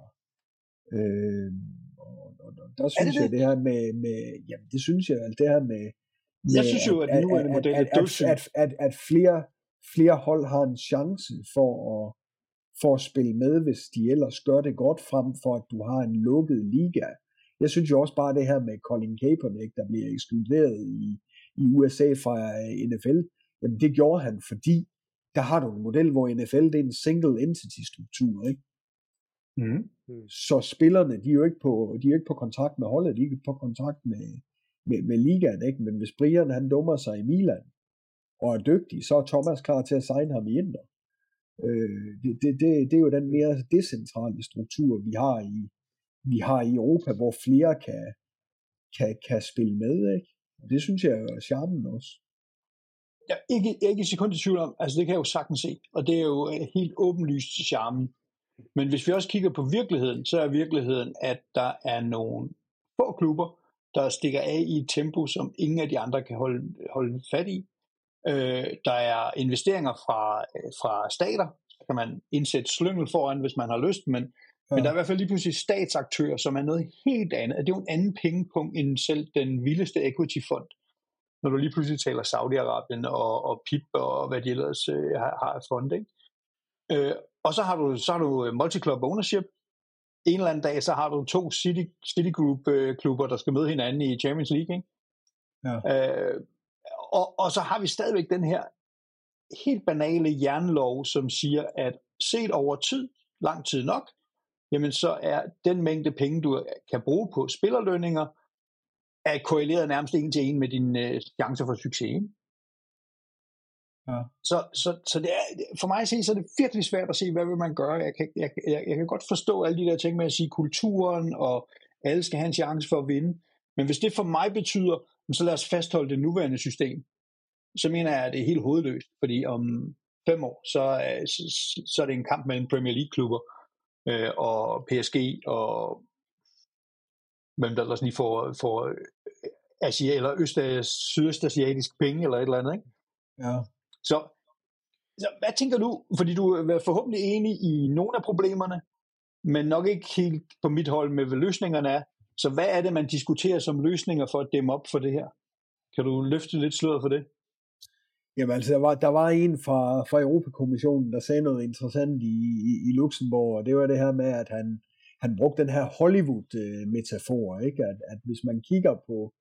Og der synes jeg det her med jamen det synes jeg alt det her med jeg synes jo at nu er en model at flere hold har en chance for at spille med, hvis de ellers gør det godt, frem for at du har en lukket liga. Jeg synes jo også bare det her med Colin Kaepernick, der bliver ekskluderet i USA fra NFL, jamen det gjorde han, fordi der har du en model, hvor NFL det er en single entity struktur, ikke? Så spillerne, de er jo ikke på kontrakt med holdet, de er ikke på kontrakt med ligaen, ikke? Men hvis Brian han dummer sig i Milan og er dygtig, så er Thomas klar til at signe ham i Inter. Det er jo den mere decentrale struktur, vi har i Europa, hvor flere kan spille med, ikke? Og det synes jeg er charmen også. Jeg er ikke et sekund i tvivl om, altså det kan jeg jo sagtens se, og det er jo helt åbenlyst charmen. Men hvis vi også kigger på virkeligheden, så er virkeligheden, at der er nogle få klubber, der stikker af i et tempo, som ingen af de andre kan holde fat i. Der er investeringer fra stater, så kan man indsætte slyngel foran, hvis man har lyst, men der er i hvert fald lige pludselig statsaktører, som er noget helt andet. Det er jo en anden pengepunkt end selv den vildeste equity-fond, når du lige pludselig taler Saudi-Arabien og PIP og hvad de ellers har af fond, ikke? Og så har du multi-club ownership. En eller anden dag, så har du 2 Citigroup-klubber, der skal møde hinanden i Champions League, ikke? Ja. Og så har vi stadigvæk den her helt banale jernlov, som siger, at set over tid, lang tid nok, jamen så er den mængde penge, du kan bruge på spillerlønninger, er korreleret nærmest en til en med dine chancer for succes. Ikke? Ja. Så det er, for mig at se, så er det virkelig svært at se, hvad vil man gøre. Jeg kan godt forstå alle de der ting med at sige kulturen, og alle skal have en chance for at vinde. Men hvis det for mig betyder, så lad os fastholde det nuværende system, så mener jeg, at det er helt hovedløst. Fordi om 5 år, så er det en kamp mellem Premier League-klubber og PSG, og hvem der ellers lige får Asia eller sydøstasiatisk penge, eller et eller andet, ikke? Ja. Så hvad tænker du? Fordi du er forhåbentlig enig i nogle af problemerne, men nok ikke helt på mit hold med, hvad løsningerne er. Så hvad er det, man diskuterer som løsninger for at dæmme op for det her? Kan du løfte lidt sløret for det? Jamen altså, der var en fra Europakommissionen, der sagde noget interessant i Luxembourg, og det var det her med, at han brugte den her Hollywood-metafor, ikke? At hvis man kigger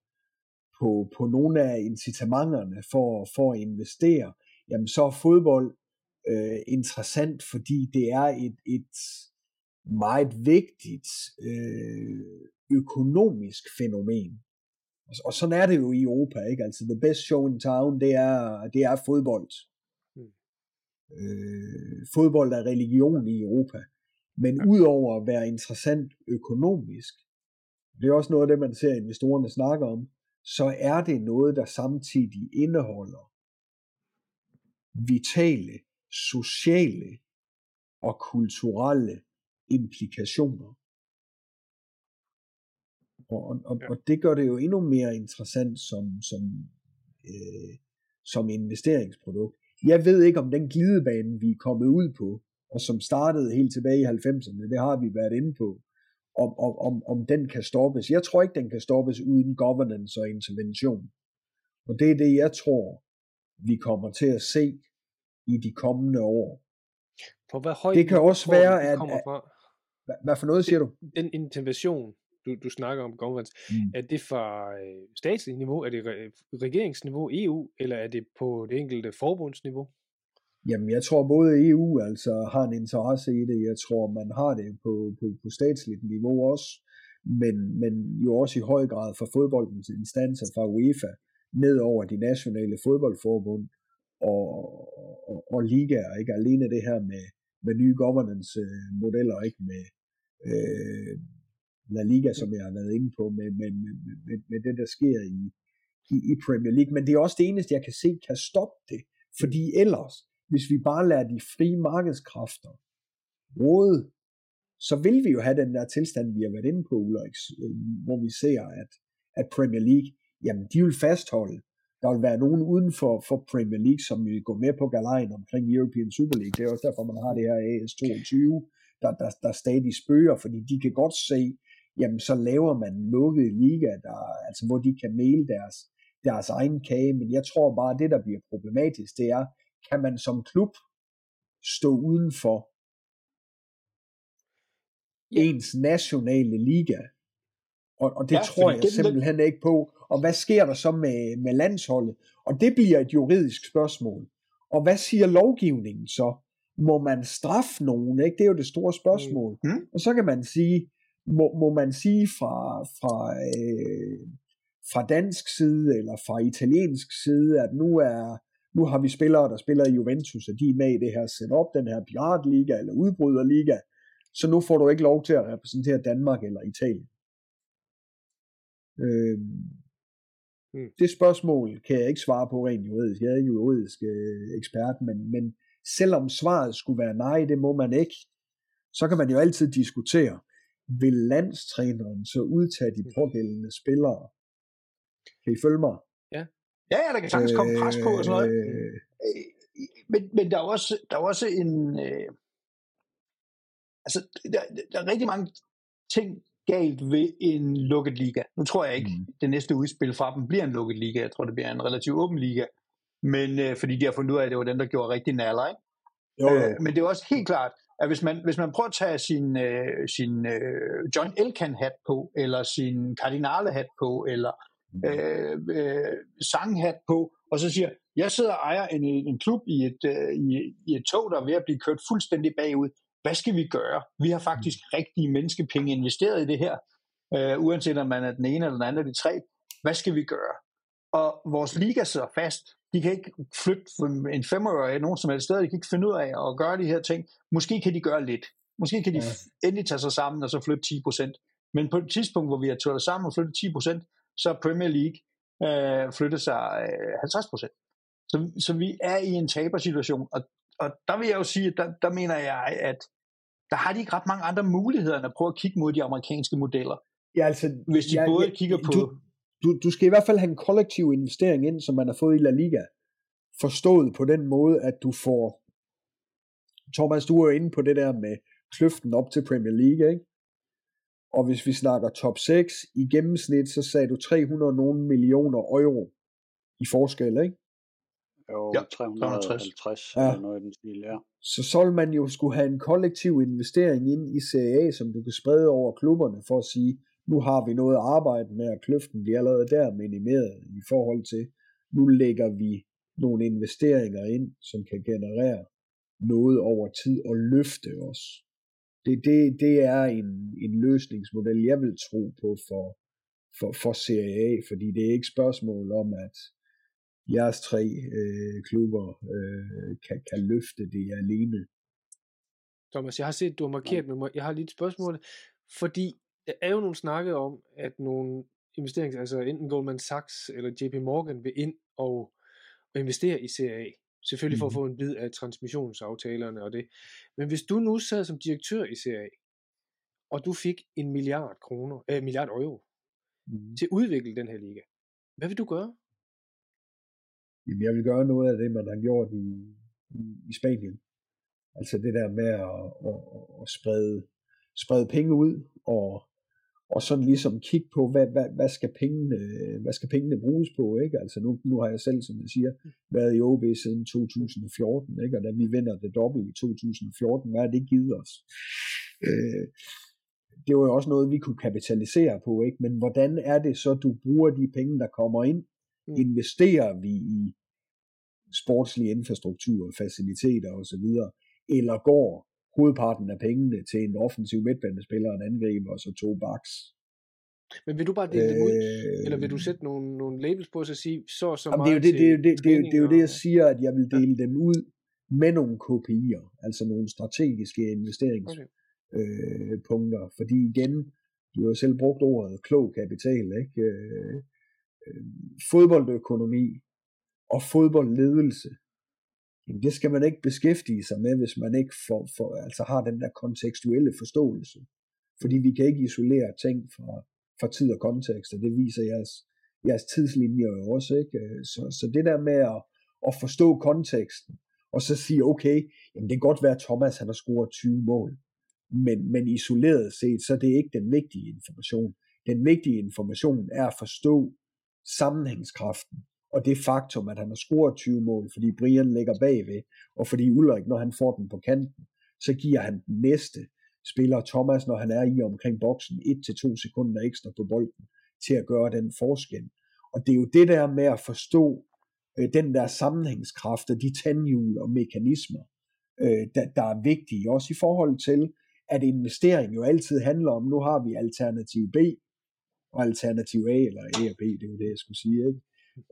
på nogle af incitamenterne for at investere, jamen så er fodbold interessant, fordi det er et meget vigtigt økonomisk fænomen. Og sådan er det jo i Europa, ikke? Altså the best show in town, det er fodbold. Fodbold er religion i Europa. Men udover at være interessant økonomisk, det er også noget af det, man ser investorerne snakker om, så er det noget, der samtidig indeholder vitale, sociale og kulturelle implikationer. Og det gør det jo endnu mere interessant som investeringsprodukt. Jeg ved ikke, om den glidebane, vi er kommet ud på, og som startede helt tilbage i 90'erne, det har vi været inde på, om den kan stoppes. Jeg tror ikke, den kan stoppes uden governance og intervention. Og det er det, jeg tror, vi kommer til at se i de kommende år. På hvad højt Det kan niveau også tror du, være, det at kommer fra? hvad for noget siger du? Den intervention, du snakker om, governance, er det fra statsligt niveau, er det regeringsniveau, EU, eller er det på det enkelte forbundsniveau? Jamen, jeg tror både EU altså har en interesse i det. Jeg tror, man har det på statsligt niveau også, men jo også i høj grad fra fodboldens instanser, fra UEFA, ned over de nationale fodboldforbund og ligaer. Ikke alene det her med nye governance-modeller, ikke med La Liga, som jeg har været inde på, med det, der sker i Premier League. Men det er også det eneste, jeg kan se, kan stoppe det. Fordi ellers, hvis vi bare lader de frie markedskræfter råde, så vil vi jo have den der tilstand, vi har været inde på, Ulrik, hvor vi ser, at Premier League, jamen de vil fastholde. Der vil være nogen uden for Premier League, som vil gå med på galejen omkring European Super League. Det er også derfor, man har det her AS22, der stadig spøger, fordi de kan godt se, jamen så laver man en lukket liga, altså hvor de kan male deres egen kage. Men jeg tror bare, at det, der bliver problematisk, det er, kan man som klub stå uden for ens nationale liga? Og det tror jeg simpelthen ikke på. Og hvad sker der så med landsholdet? Og det bliver et juridisk spørgsmål. Og hvad siger lovgivningen så? Må man straffe nogen? Ikke? Det er jo det store spørgsmål. Og så kan man sige, må man sige fra dansk side eller fra italiensk side, at nu har vi spillere, der spiller i Juventus, og de er med i det her setup, den her piratliga eller udbryderliga, så nu får du ikke lov til at repræsentere Danmark eller Italien. Det spørgsmål kan jeg ikke svare på rent juridisk. Jeg er ikke juridisk ekspert, men selvom svaret skulle være nej, det må man ikke, så kan man jo altid diskutere, vil landstræneren så udtage de pågældende spillere? Kan I følge mig? Ja, der kan sagtens komme pres på og sådan noget. Men der er også en... altså, der er rigtig mange ting galt ved en lukket liga. Nu tror jeg ikke, det næste udspil fra dem bliver en lukket liga. Jeg tror, det bliver en relativt åben liga. Men fordi de har fundet ud af, at det var den, der gjorde rigtig naller, ikke? Men det er også helt klart, at hvis man prøver at tage sin John Elkann-hat på, eller sin Cardinale-hat på, eller sanghat på, og så siger, jeg sidder og ejer en klub i et tog, der er ved at blive kørt fuldstændig bagud. Hvad skal vi gøre? Vi har faktisk rigtige menneskepenge investeret i det her, uanset om man er den ene eller den anden af de tre. Hvad skal vi gøre? Og vores liga sidder fast. De kan ikke flytte en 5-øre nogen som helst sted. De kan ikke finde ud af at gøre de her ting. Måske kan de gøre lidt. Måske kan de endelig tage sig sammen og så flytte 10%. Men på et tidspunkt, hvor vi har tørret sammen og flyttet 10%, så er Premier League flyttet sig 50%. Så vi er i en tabersituation. Og der vil jeg jo sige, at der mener jeg, at der har de ikke ret mange andre muligheder, end at prøve at kigge mod de amerikanske modeller. Ja, altså, hvis de både kigger på... Du skal i hvert fald have en kollektiv investering ind, som man har fået i La Liga. Forstået på den måde, at du får... Thomas, du er jo inde på det der med kløften op til Premier League, ikke? Og hvis vi snakker top 6, i gennemsnit, så sagde du 300 nogle millioner euro i forskel, ikke? Jo, ja, 350 ja. Eller noget i den stil, ja. Så vil man jo skulle have en kollektiv investering ind i Serie A, som du kan sprede over klubberne for at sige, nu har vi noget at arbejde med, og kløften bliver allerede der minimeret i forhold til, nu lægger vi nogle investeringer ind, som kan generere noget over tid og løfte os. Det er en løsningsmodel, jeg vil tro på for Serie A, fordi det er ikke spørgsmål om, at jeres 3 klubber kan løfte det alene. Thomas, jeg har set, du har markeret med mig. Jeg har lige et spørgsmål, fordi der er jo nogle snakke om, at nogle investeringer, altså enten Goldman Sachs eller JP Morgan vil ind og investere i Serie A. Selvfølgelig for at få en bid af transmissionsaftalerne og det. Men hvis du nu sad som direktør i Serie A, og du fik 1 milliard euro til at udvikle den her liga, hvad vil du gøre? Jamen, jeg vil gøre noget af det, man har gjort i Spanien. Altså det der med at sprede penge ud og sådan ligesom kigge på, hvad skal pengene bruges på, ikke? Altså nu har jeg selv, som jeg siger, været i OB siden 2014, ikke? Og da vi vinder det dobbelt i 2014, hvad har det givet os? Det var jo også noget, vi kunne kapitalisere på, ikke? Men hvordan er det så, du bruger de penge, der kommer ind? Investerer vi i sportslig infrastruktur, faciliteter osv., eller går hovedparten af pengene til en offensiv midtbanespiller, en angriber og så 2 backs? Men vil du bare dele dem ud, eller vil du sætte nogle labels på og sige, så meget det er jo det, jeg siger, at jeg vil dele dem ud med nogle KPI'er, altså nogle strategiske investeringspunkter, fordi igen, du har selv brugt ordet klog kapital, ikke? Fodboldøkonomi og fodboldledelse, det skal man ikke beskæftige sig med, hvis man ikke altså har den der kontekstuelle forståelse. Fordi vi kan ikke isolere ting fra tid og kontekst, og det viser jeres tidslinjer jo også, ikke? Så det der med at forstå konteksten, og så sige, okay, jamen det kan godt være, at Thomas han har scoret 20 mål, men isoleret set, så er det ikke den vigtige information. Den vigtige information er at forstå sammenhængskraften, og det faktum, at han har scoret 20 mål, fordi Brian ligger bagved, og fordi Ulrik, når han får den på kanten, så giver han den næste spiller, Thomas, når han er i omkring boksen, 1-2 sekunder ekstra på bolden, til at gøre den forskel. Og det er jo det der med at forstå den der sammenhængskraft, og de tandhjul og mekanismer, der er vigtige, også i forhold til, at investering jo altid handler om, nu har vi alternativ B, og alternativ A, eller A og B, det er jo det, jeg skulle sige, ikke?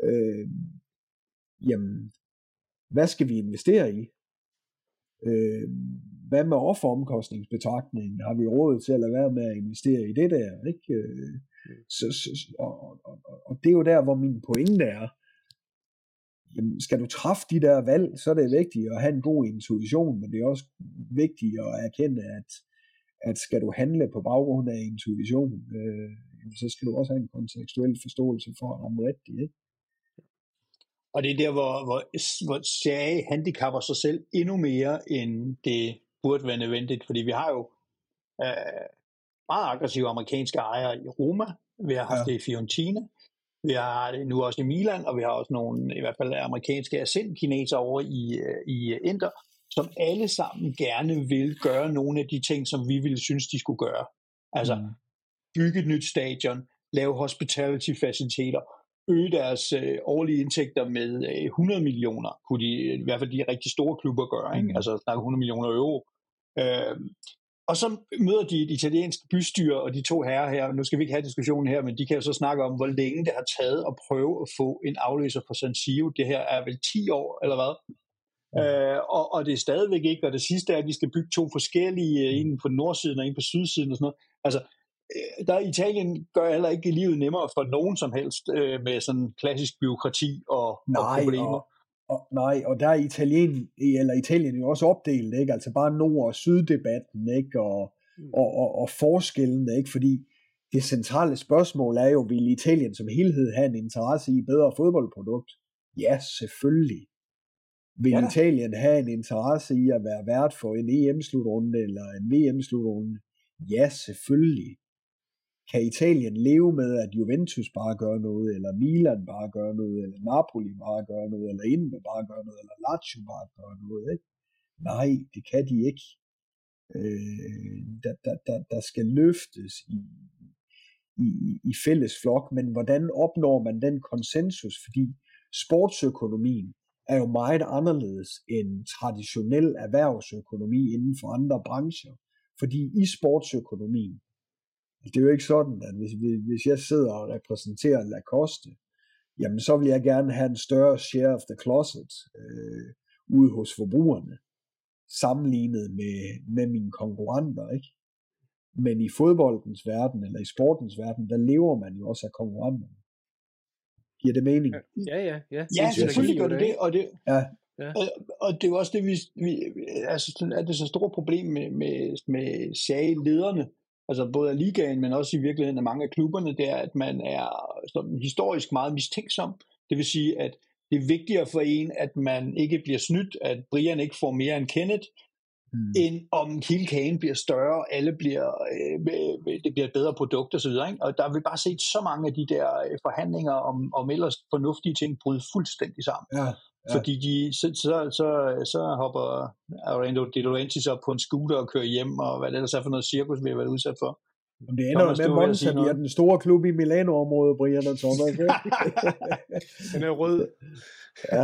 Jamen, hvad skal vi investere i? Hvad med offeromkostningsbetragtningen? Har vi råd til at lade være med at investere i det der? Ikke? Og det er jo der, hvor min pointe er. Jamen, skal du træffe de der valg, så er det vigtigt at have en god intuition, men det er også vigtigt at erkende, at skal du handle på baggrund af intuition, så skal du også have en kontekstuel forståelse for at ramme rigtigt, ikke? Og det er der, hvor Serie handicapper sig selv endnu mere, end det burde være nødvendigt, fordi vi har jo meget aggressive amerikanske ejere i Roma, vi har haft det i Fiorentina, vi har det nu også i Milan, og vi har også nogle, i hvert fald amerikanske ascent-kinesere over i Inter, som alle sammen gerne vil gøre nogle af de ting, som vi ville synes, de skulle gøre. Altså bygge et nyt stadion, lave hospitality-faciliteter, øge deres årlige indtægter med 100 millioner, kunne de, i hvert fald de rigtig store klubber gøre, ikke? Altså snakke 100 millioner euro. Og så møder de et italiensk bystyre, og de to herrer her, nu skal vi ikke have diskussionen her, men de kan jo så snakke om, hvor længe det har taget at prøve at få en afløser for San Siro. Det her er vel 10 år, eller hvad? Og det er stadigvæk ikke, og det sidste er, at de skal bygge 2 forskellige, en på nordsiden og en på sydsiden og sådan noget. Altså, der Italien gør heller ikke livet nemmere for nogen som helst med sådan klassisk byråkrati og problemer. Og der er Italien jo også opdelt, ikke? Altså bare nord- og syddebatten, ikke? Og forskellen, ikke? Fordi det centrale spørgsmål er jo, vil Italien som helhed have en interesse i bedre fodboldprodukt? Ja, selvfølgelig. Vil Italien have en interesse i at være vært for en EM-slutrunde eller en VM-slutrunde? Ja, selvfølgelig. Kan Italien leve med, at Juventus bare gør noget, eller Milan bare gør noget, eller Napoli bare gør noget, eller Inter bare gør noget, eller Lazio bare gør noget, ikke? Nej, det kan de ikke. Der skal løftes i fælles flok, men hvordan opnår man den konsensus? Fordi sportsøkonomien er jo meget anderledes end traditionel erhvervsøkonomi inden for andre brancher. Fordi i sportsøkonomien, det er jo ikke sådan, at hvis jeg sidder og repræsenterer Lacoste, jamen så vil jeg gerne have en større share of the closet ude hos forbrugerne, sammenlignet med mine konkurrenter, ikke? Men i fodboldens verden, eller i sportens verden, der lever man jo også af konkurrenterne. Giver det mening? Ja, selvfølgelig gør det. Og det er jo også det, altså, er det så store problem med SAG-lederne, altså både af ligaen, men også i virkeligheden af mange af klubberne, det er, at man er sådan historisk meget mistænksom. Det vil sige, at det er vigtigere for en, at man ikke bliver snydt, at Brian ikke får mere end Kenneth, end om hele kagen bliver større, alle bliver, det bliver et bedre produkt og så videre, ikke? Og der har vi bare set så mange af de der forhandlinger om ellers fornuftige ting bryde fuldstændig sammen. Ja. Fordi så hopper Orlando De Laurentiis op på en scooter og kører hjem, og hvad det ellers er for noget cirkus, vi har været udsat for. Om det ender med Monza, vi er den store klub i Milano-området, Brian og Thomas. Den er rød. Ja.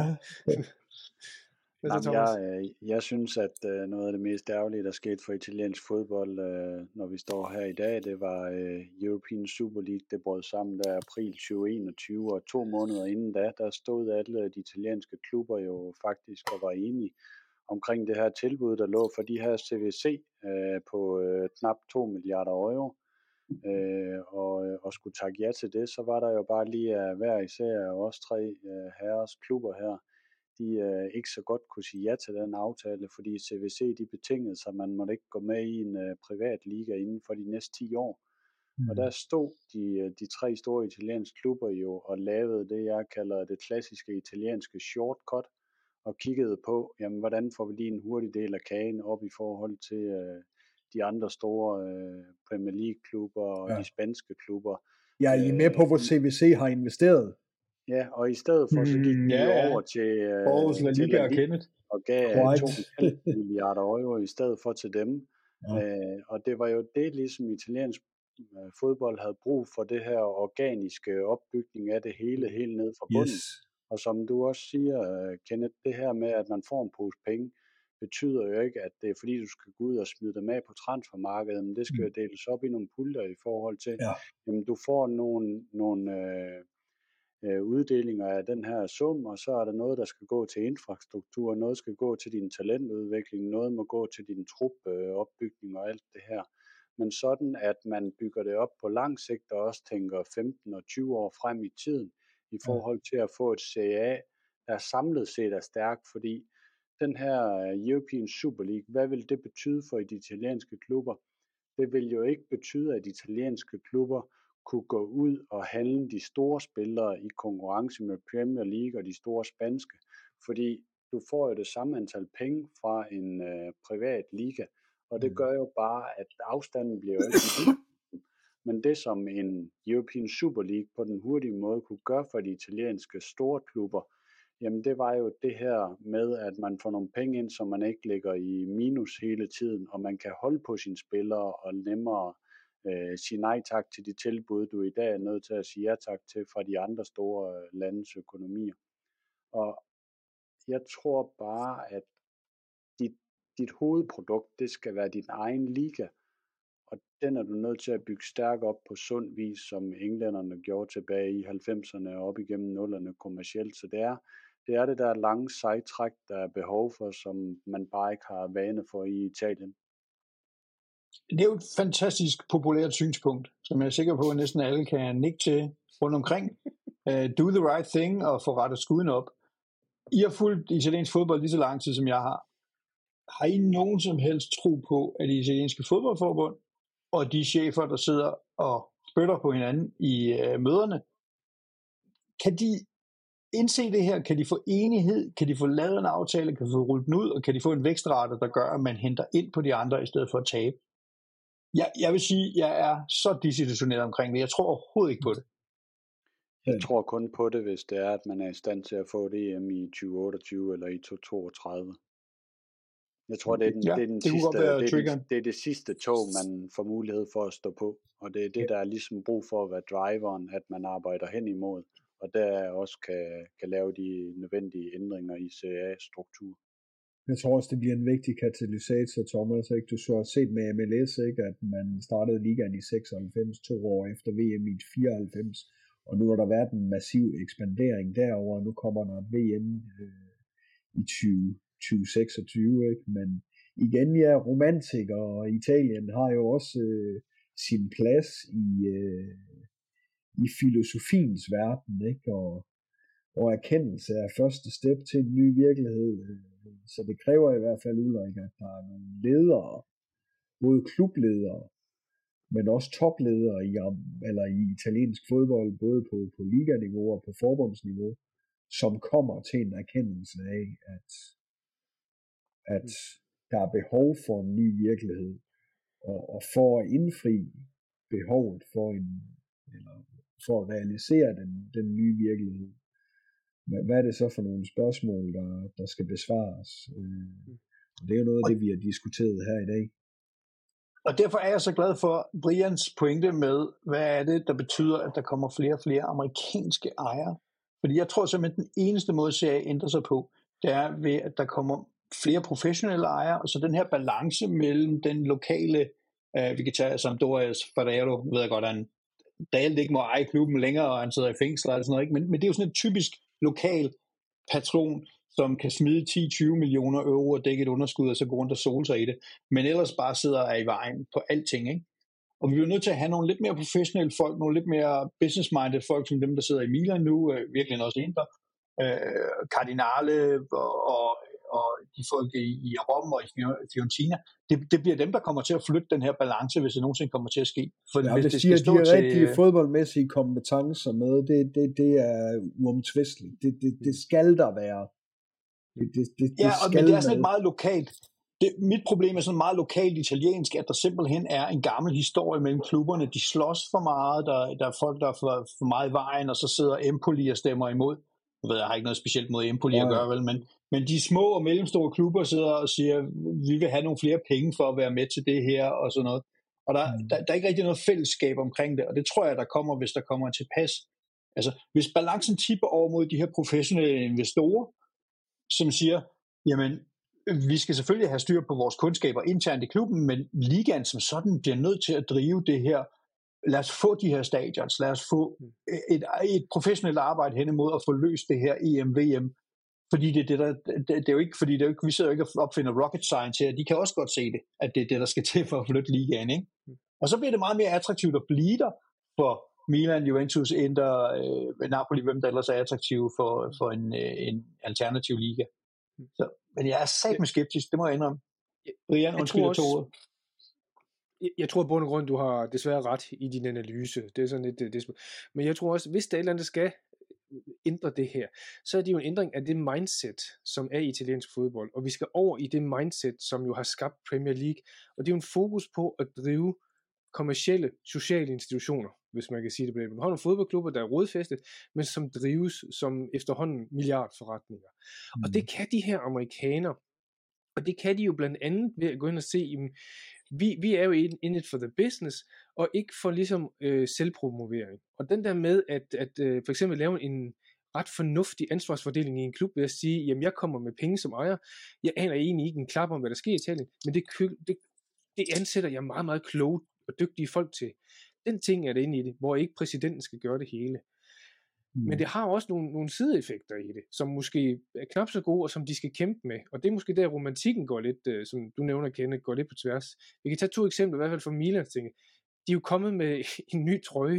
Jeg synes, at noget af det mest ærgerlige, der skete for italiensk fodbold, når vi står her i dag, det var European Super League, det brød sammen der april 2021, og 2 måneder inden da, der stod alle de italienske klubber jo faktisk og var enige omkring det her tilbud, der lå for de her CVC på knap 2 milliarder euro. Og skulle takke ja til det, så var der jo bare lige hver især af os 3 herres klubber her, de ikke så godt kunne sige ja til den aftale, fordi CVC de betingede sig, at man måtte ikke gå med i en privat liga inden for de næste 10 år. Og der stod de 3 store italienske klubber jo og lavede det, jeg kalder det klassiske italienske shortcut, og kiggede på, jamen, hvordan får vi lige en hurtig del af kagen op i forhold til de andre store Premier League-klubber og de spanske klubber. Ja, I er med på, hvor CVC har investeret. Ja, og i stedet for, så gik de over til La Liga og Kenneth og gav 2,5 milliarder euro i stedet for til dem. Og det var jo det, ligesom italiensk fodbold havde brug for, det her organiske opbygning af det hele, helt ned fra bunden. Og som du også siger, Kenneth, det her med, at man får en pose penge, betyder jo ikke, at det er fordi, du skal gå ud og smide dem af på transfermarkedet, men det skal jo deles op i nogle puljer i forhold til, jamen du får nogle uddelinger af den her sum, og så er der noget, der skal gå til infrastruktur, noget skal gå til din talentudvikling, noget må gå til din trupopbygning og alt det her. Men sådan, at man bygger det op på lang sigt, og også tænker 15 og 20 år frem i tiden, i forhold til at få et CA, der samlet set er stærk, fordi den her European Super League, hvad vil det betyde for de italienske klubber? Det vil jo ikke betyde, at italienske klubber kunne gå ud og handle de store spillere i konkurrence med Premier League og de store spanske, fordi du får jo det samme antal penge fra en privat liga, og det gør jo bare, at afstanden bliver jo ikke. Men det som en European Super League på den hurtige måde kunne gøre for de italienske store klubber, jamen det var jo det her med, at man får nogle penge ind, så man ikke ligger i minus hele tiden, og man kan holde på sine spillere og nemmere sige nej tak til de tilbud, du i dag er nødt til at sige ja tak til fra de andre store landes økonomier. Og jeg tror bare, at dit hovedprodukt, det skal være din egen liga, og den er du nødt til at bygge stærk op på sund vis, som englænderne gjorde tilbage i 90'erne og op igennem 0'erne kommercielt. Så det er det der lange sejtræk, der er behov for, som man bare ikke har vane for i Italien. Det er jo et fantastisk populært synspunkt, som jeg er sikker på, at næsten alle kan nikke til rundt omkring. Do the right thing og få rettet skuden op. I har fulgt italiensk fodbold lige så lang tid, som jeg har. Har I nogen som helst tro på, at det italienske fodboldforbund og de chefer, der sidder og spytter på hinanden i møderne, kan de indse det her? Kan de få enighed? Kan de få lavet en aftale? Kan de få rullet den ud? Og kan de få en vækstrate, der gør, at man henter ind på de andre, i stedet for at tabe? Jeg vil sige, at jeg er så desillusioneret omkring det. Jeg tror overhovedet ikke på det. Jeg tror kun på det, hvis det er, at man er i stand til at få det i 2028 eller i 2032. Jeg tror, det er det sidste tog, man får mulighed for at stå på. Og det er det, der er ligesom brug for at være driveren, at man arbejder hen imod. Og der også kan lave de nødvendige ændringer i CA-struktur. Jeg tror også, det bliver en vigtig katalysator, Thomas. Ikke? Du så har set med MLS, ikke? At man startede ligaen i 96, 2 år efter VM i 94. Og nu har der været en massiv ekspandering derover. Nu kommer der et VM i 2026. Ikke? Men igen, ja, romantikere og Italien har jo også sin plads i filosofiens verden, ikke? Og erkendelse er første step til en ny virkelighed. Så det kræver i hvert fald, Ulrik, at der er nogle ledere, både klubledere, men også topledere i italiensk fodbold, både på liganiveau og på forbundsniveau, som kommer til en erkendelse af, at der er behov for en ny virkelighed, og for at indfri behovet for eller for at realisere den nye virkelighed. Hvad er det så for nogle spørgsmål, der skal besvares? Og det er jo noget af det, vi har diskuteret her i dag. Og derfor er jeg så glad for Brians pointe med, hvad er det, der betyder, at der kommer flere og flere amerikanske ejere. Fordi jeg tror simpelthen, den eneste måde, CA ændrer sig på, det er ved, at der kommer flere professionelle ejere, og så den her balance mellem den lokale, vi kan tage Sampdorias Ferrero, ved jeg godt, han reelt ikke må eje klubben længere, og han sidder i fængsel eller sådan noget, ikke? Men det er jo sådan et typisk lokal patron, som kan smide 10-20 millioner euro og dække et underskud, og så gå rundt og sole sig i det, men ellers bare sidder af i vejen på alting, ikke? Og vi er nødt til at have nogle lidt mere professionelle folk, nogle lidt mere business-minded folk, som dem, der sidder i Milan nu, virkelig også Inter, Cardinale og de folk i Rom og i Fiorentina. Det bliver dem, der kommer til at flytte den her balance, hvis det nogensinde kommer til at ske. For ja, hvis det det siger, skal stå de rigtige fodboldmæssige kompetencer med, det er uomtvisteligt. Det skal der være. Men det er sådan et meget lokalt. Mit problem er sådan meget lokalt italiensk, at der simpelthen er en gammel historie mellem klubberne. De slås for meget, der er folk, der er for meget i vejen, og så sidder Empoli og stemmer imod. Jeg har ikke noget specielt mod Empoli at gøre, vel, men de små og mellemstore klubber sidder og siger, vi vil have nogle flere penge for at være med til det her, og sådan noget. Og der er ikke rigtig noget fællesskab omkring det, og det tror jeg, der kommer, hvis der kommer en tilpas. Altså, hvis balancen tipper over mod de her professionelle investorer, som siger, jamen, vi skal selvfølgelig have styr på vores kundskaber internt i klubben, men ligaen som sådan bliver nødt til at drive det her. Lad os få de her stadions, lad os få et professionelt arbejde hen imod at få løst det her EM-VM, fordi det er jo ikke, vi sidder jo ikke og opfinder rocket science her, de kan også godt se det, at det er det, der skal til for at flytte ligaen, ikke? Og så bliver det meget mere attraktivt at blive der for Milan, Juventus, Inter, Napoli, hvem der ellers er attraktive for en alternativ liga. Så, men jeg er satme skeptisk, det må jeg indrømme. Brian, undskyld, jeg tror på bund og grund, du har desværre ret i din analyse. Det er sådan lidt men jeg tror også, hvis der er et eller andet, der skal ændre det her, så er det jo en ændring af det mindset, som er i italiensk fodbold. Og vi skal over i det mindset, som jo har skabt Premier League. Og det er jo en fokus på at drive kommercielle, sociale institutioner, hvis man kan sige det på det. Man har nogle fodboldklubber, der er rodfæstet, men som drives som efterhånden milliardforretninger. Og det kan de her amerikanere. Og det kan de jo blandt andet ved at gå ind og se, vi er jo in it for the business, og ikke for ligesom selvpromovering. Og den der med at for eksempel lave en ret fornuftig ansvarsfordeling i en klub ved at sige, jamen jeg kommer med penge som ejer, jeg aner egentlig ikke en klap om, hvad der sker i Italien, men det ansætter jeg meget, meget kloge og dygtige folk til. Den ting er det inde i det, hvor ikke præsidenten skal gøre det hele. Men det har også nogle sideeffekter i det, som måske er knap så gode, og som de skal kæmpe med. Og det er måske der, romantikken går lidt, som du nævner, Kenneth, går lidt på tværs. Vi kan tage 2 eksempler, i hvert fald fra Milans ting. De er jo kommet med en ny trøje,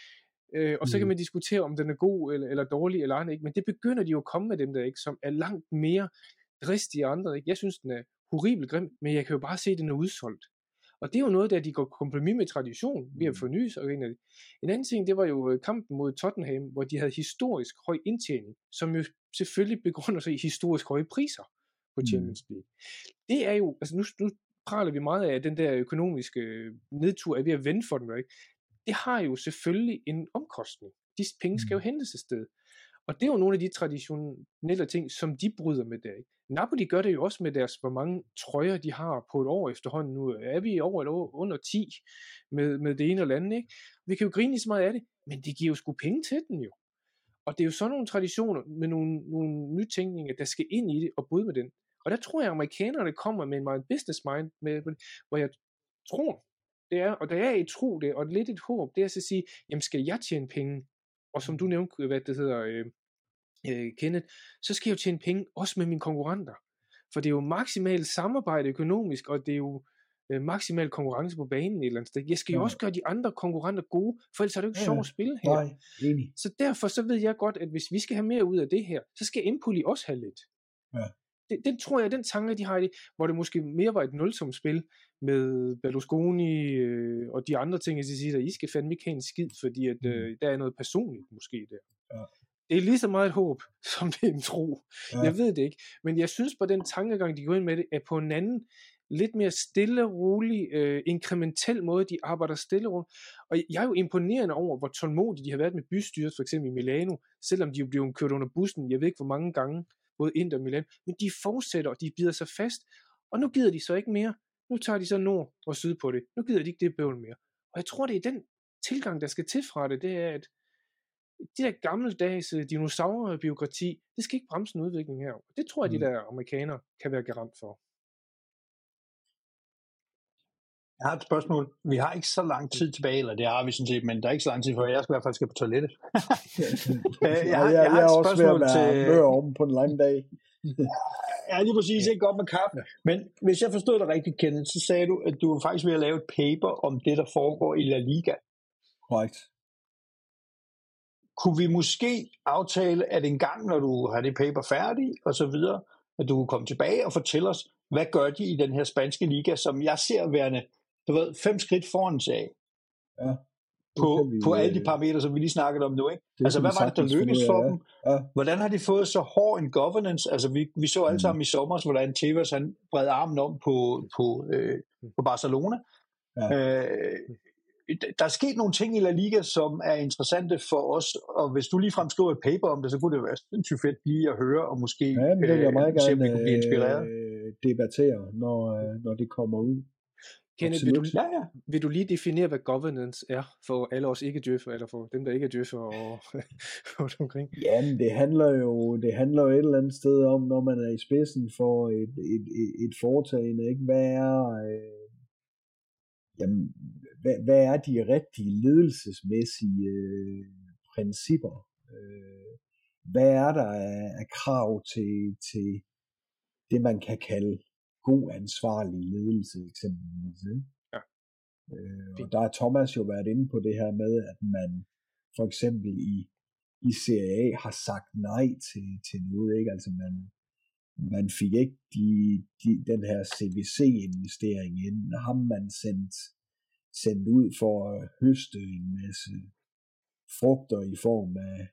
og så kan man diskutere, om den er god eller dårlig eller andet, ikke? Men det begynder de jo at komme med dem der, ikke? Som er langt mere dristige andre, ikke? Jeg synes, den er horribelt grim, men jeg kan jo bare se, at den er udsolgt. Og det er jo noget, der de går kompromis med tradition ved at forny sig. En anden ting, det var jo kampen mod Tottenham, hvor de havde historisk høj indtjening, som jo selvfølgelig begrunder sig i historisk høje priser på Champions League. Det er jo, altså nu praler vi meget af, at den der økonomiske nedtur er ved at vende for dem, ikke? Det har jo selvfølgelig en omkostning. De penge skal jo hentes et sted. Og det er jo nogle af de traditionelle ting, som de bryder med der, ikke? Napoli gør det jo også med deres, hvor mange trøjer de har på et år efterhånden. Nu er vi over et år under 10 med det ene eller andet, ikke? Vi kan jo grine så meget af det, men det giver jo sgu penge til den jo. Og det er jo sådan nogle traditioner med nogle nytænkninger, der skal ind i det og bryde med den. Og der tror jeg, at amerikanerne kommer med en meget business mind, hvor jeg tror, det er, og der er et tro det, og lidt et håb, det er at sige, jamen skal jeg tjene penge? Og som du nævnte, hvad det hedder, Kenneth, så skal jeg jo tjene penge også med mine konkurrenter. For det er jo maksimalt samarbejde økonomisk, og det er jo maksimal konkurrence på banen et eller andet sted. Jeg skal jo også gøre de andre konkurrenter gode, for ellers er det jo ikke sjovt at spille her. Nej, så derfor så ved jeg godt, at hvis vi skal have mere ud af det her, så skal Empoli også have lidt. Ja. Den tror jeg, den tanke, de har i det, hvor det måske mere var et nulsomt spil med Berlusconi og de andre ting, jeg siger, at I skal fandme ikke have en skid, fordi at, der er noget personligt måske der. Ja. Det er lige så meget et håb, som det er en tro. Ja. Jeg ved det ikke. Men jeg synes på den tankegang, de går ind med det, er på en anden, lidt mere stille, rolig, inkrementel måde, de arbejder stille rundt. Og jeg er jo imponerende over, hvor tålmodige de har været med bystyret, for eksempel i Milano, selvom de jo blev kørt under bussen, jeg ved ikke hvor mange gange, både Inter og Milano, men de fortsætter, og de bider sig fast, og nu gider de så ikke mere. Nu tager de så nord og syd på det. Nu gider de ikke det bøvl mere. Og jeg tror, det er den tilgang, der skal til fra det, det er, at det der gammeldags dinosaurbyråkrati, det skal ikke bremse en udvikling her. Det tror jeg, de der amerikanere kan være garant for. Jeg har et spørgsmål. Vi har ikke så lang tid tilbage, eller det har vi sådan set, men der er ikke så lang tid, for jeg skal i hvert fald skal på toilettet. jeg er også ved at være mør om på en lang dag. Ja, lige præcis. Ikke godt med kaffe. Men hvis jeg forstod dig rigtigt, Kenneth, så sagde du, at du var faktisk ved at lave et paper om det, der foregår i La Liga. Korrekt. Kunne vi måske aftale, at en gang, når du har det paper færdig, og så videre, at du kunne komme tilbage og fortælle os, hvad gør de i den her spanske liga, som jeg ser værende, 5 skridt foran sig ja, på alle de parametre, som vi lige snakkede om nu, ikke? Altså, hvad var det, der lykkedes for dem? Ja. Hvordan har de fået så hård en governance? Altså, vi så alle sammen i sommer, hvordan Tevez han bred armen om på Barcelona. Ja. Der er sket nogle ting i La Liga, som er interessante for os, og hvis du ligefrem skriver et paper om det, så kunne det være sindssygt fedt lige at høre, og måske det vil jeg meget se, om vi gerne kunne blive inspireret. Debattere, når det kommer ud. Kenneth, vil du lige definere, hvad governance er for alle os ikke-djøffer, eller for dem, der ikke er djøffer og omkring? Jamen, det handler jo et eller andet sted om, når man er i spidsen for et foretagende, ikke? Hvad er de rigtige ledelsesmæssige principper? Hvad er der af krav til det, man kan kalde god ansvarlig ledelse eksempelvis? Ja. Og der har Thomas jo været inde på det her med, at man for eksempel i Serie A har sagt nej til noget, ikke? Altså man fik ikke den her CVC-investering ind. Ham man sendt ud for at høste en masse frugter i form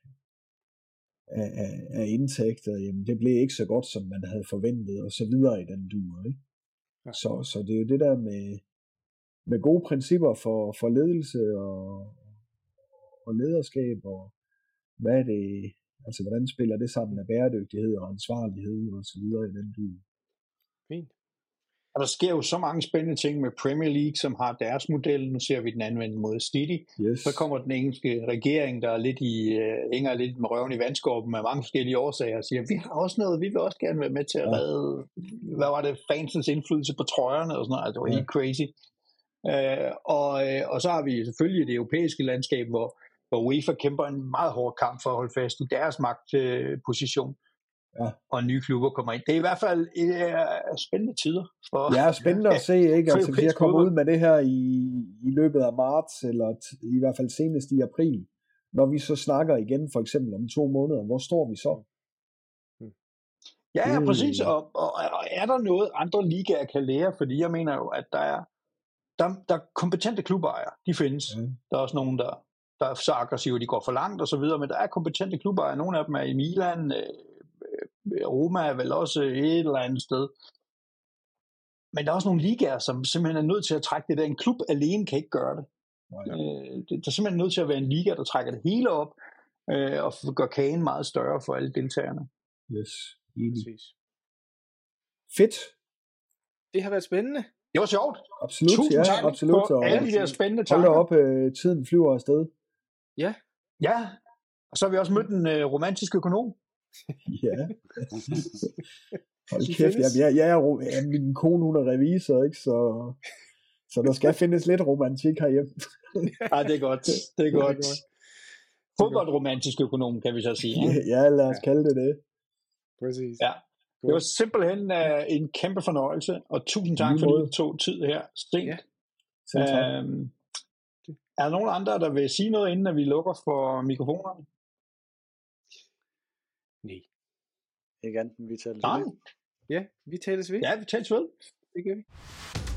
af indtægter, jamen det blev ikke så godt, som man havde forventet, og så videre i den dur, ikke? Ja. Så det er jo det der med gode principper for ledelse og lederskab, og hvad er det, altså hvordan spiller det sammen med bæredygtighed og ansvarlighed og så videre i den dur. Fint. Og der sker jo så mange spændende ting med Premier League, som har deres model. Nu ser vi den anvendt mod City. Yes. Så kommer den engelske regering, der er hænger lidt med røven i vandskorben af mange forskellige årsager, og siger, vi har også noget, vi vil også gerne være med til at redde, hvad var det, fansens indflydelse på trøjerne og sådan noget. Altså, det var helt crazy. Og så har vi selvfølgelig det europæiske landskab, hvor UEFA kæmper en meget hård kamp for at holde fast i deres magtposition. Og nye klubber kommer ind. Det er i hvert fald spændende tider. Spændende at se, ikke? Altså, hvis jeg kommer ud med det her i løbet af marts, eller i hvert fald senest i april, når vi så snakker igen, for eksempel om 2 måneder, hvor står vi så? Ja, præcis. Og er der noget, andre ligaer kan lære? Fordi jeg mener jo, at der er kompetente klubejere. De findes. Der er også nogen, der er så aggressive, de går for langt og så videre, men der er kompetente klubejere. Nogle af dem er i Milan, Roma er vel også et eller andet sted. Men der er også nogle ligaer, som simpelthen er nødt til at trække det der. En klub alene kan ikke gøre det. Der er simpelthen nødt til at være en liga, der trækker det hele op, og gør kagen meget større for alle deltagerne. Yes. Fedt. Det har været spændende. Det var sjovt. Absolut. Tusind tak absolut. for alle de der spændende tanker. Hold da op, tiden flyver afsted. Ja. Ja, og så har vi også mødt en romantisk økonom. Ja. Hold kæft, min kone, hun er revisor, ikke? Så der skal findes lidt romantik herhjemme. Ja, det er godt. Det er godt. Fodboldromantisk økonom, kan vi så sige. Ja, lad os kalde det. Præcis. Ja. Det var simpelthen en kæmpe fornøjelse, og tusind tak, fordi du tog tid her sent. Ja. Er der nogen andre, der vil sige noget, inden vi lukker for mikrofonerne? Nej. Ikke andet, vi tales ved. Ja, vi tales ved. Ja, vi tales ved. Det gør vi.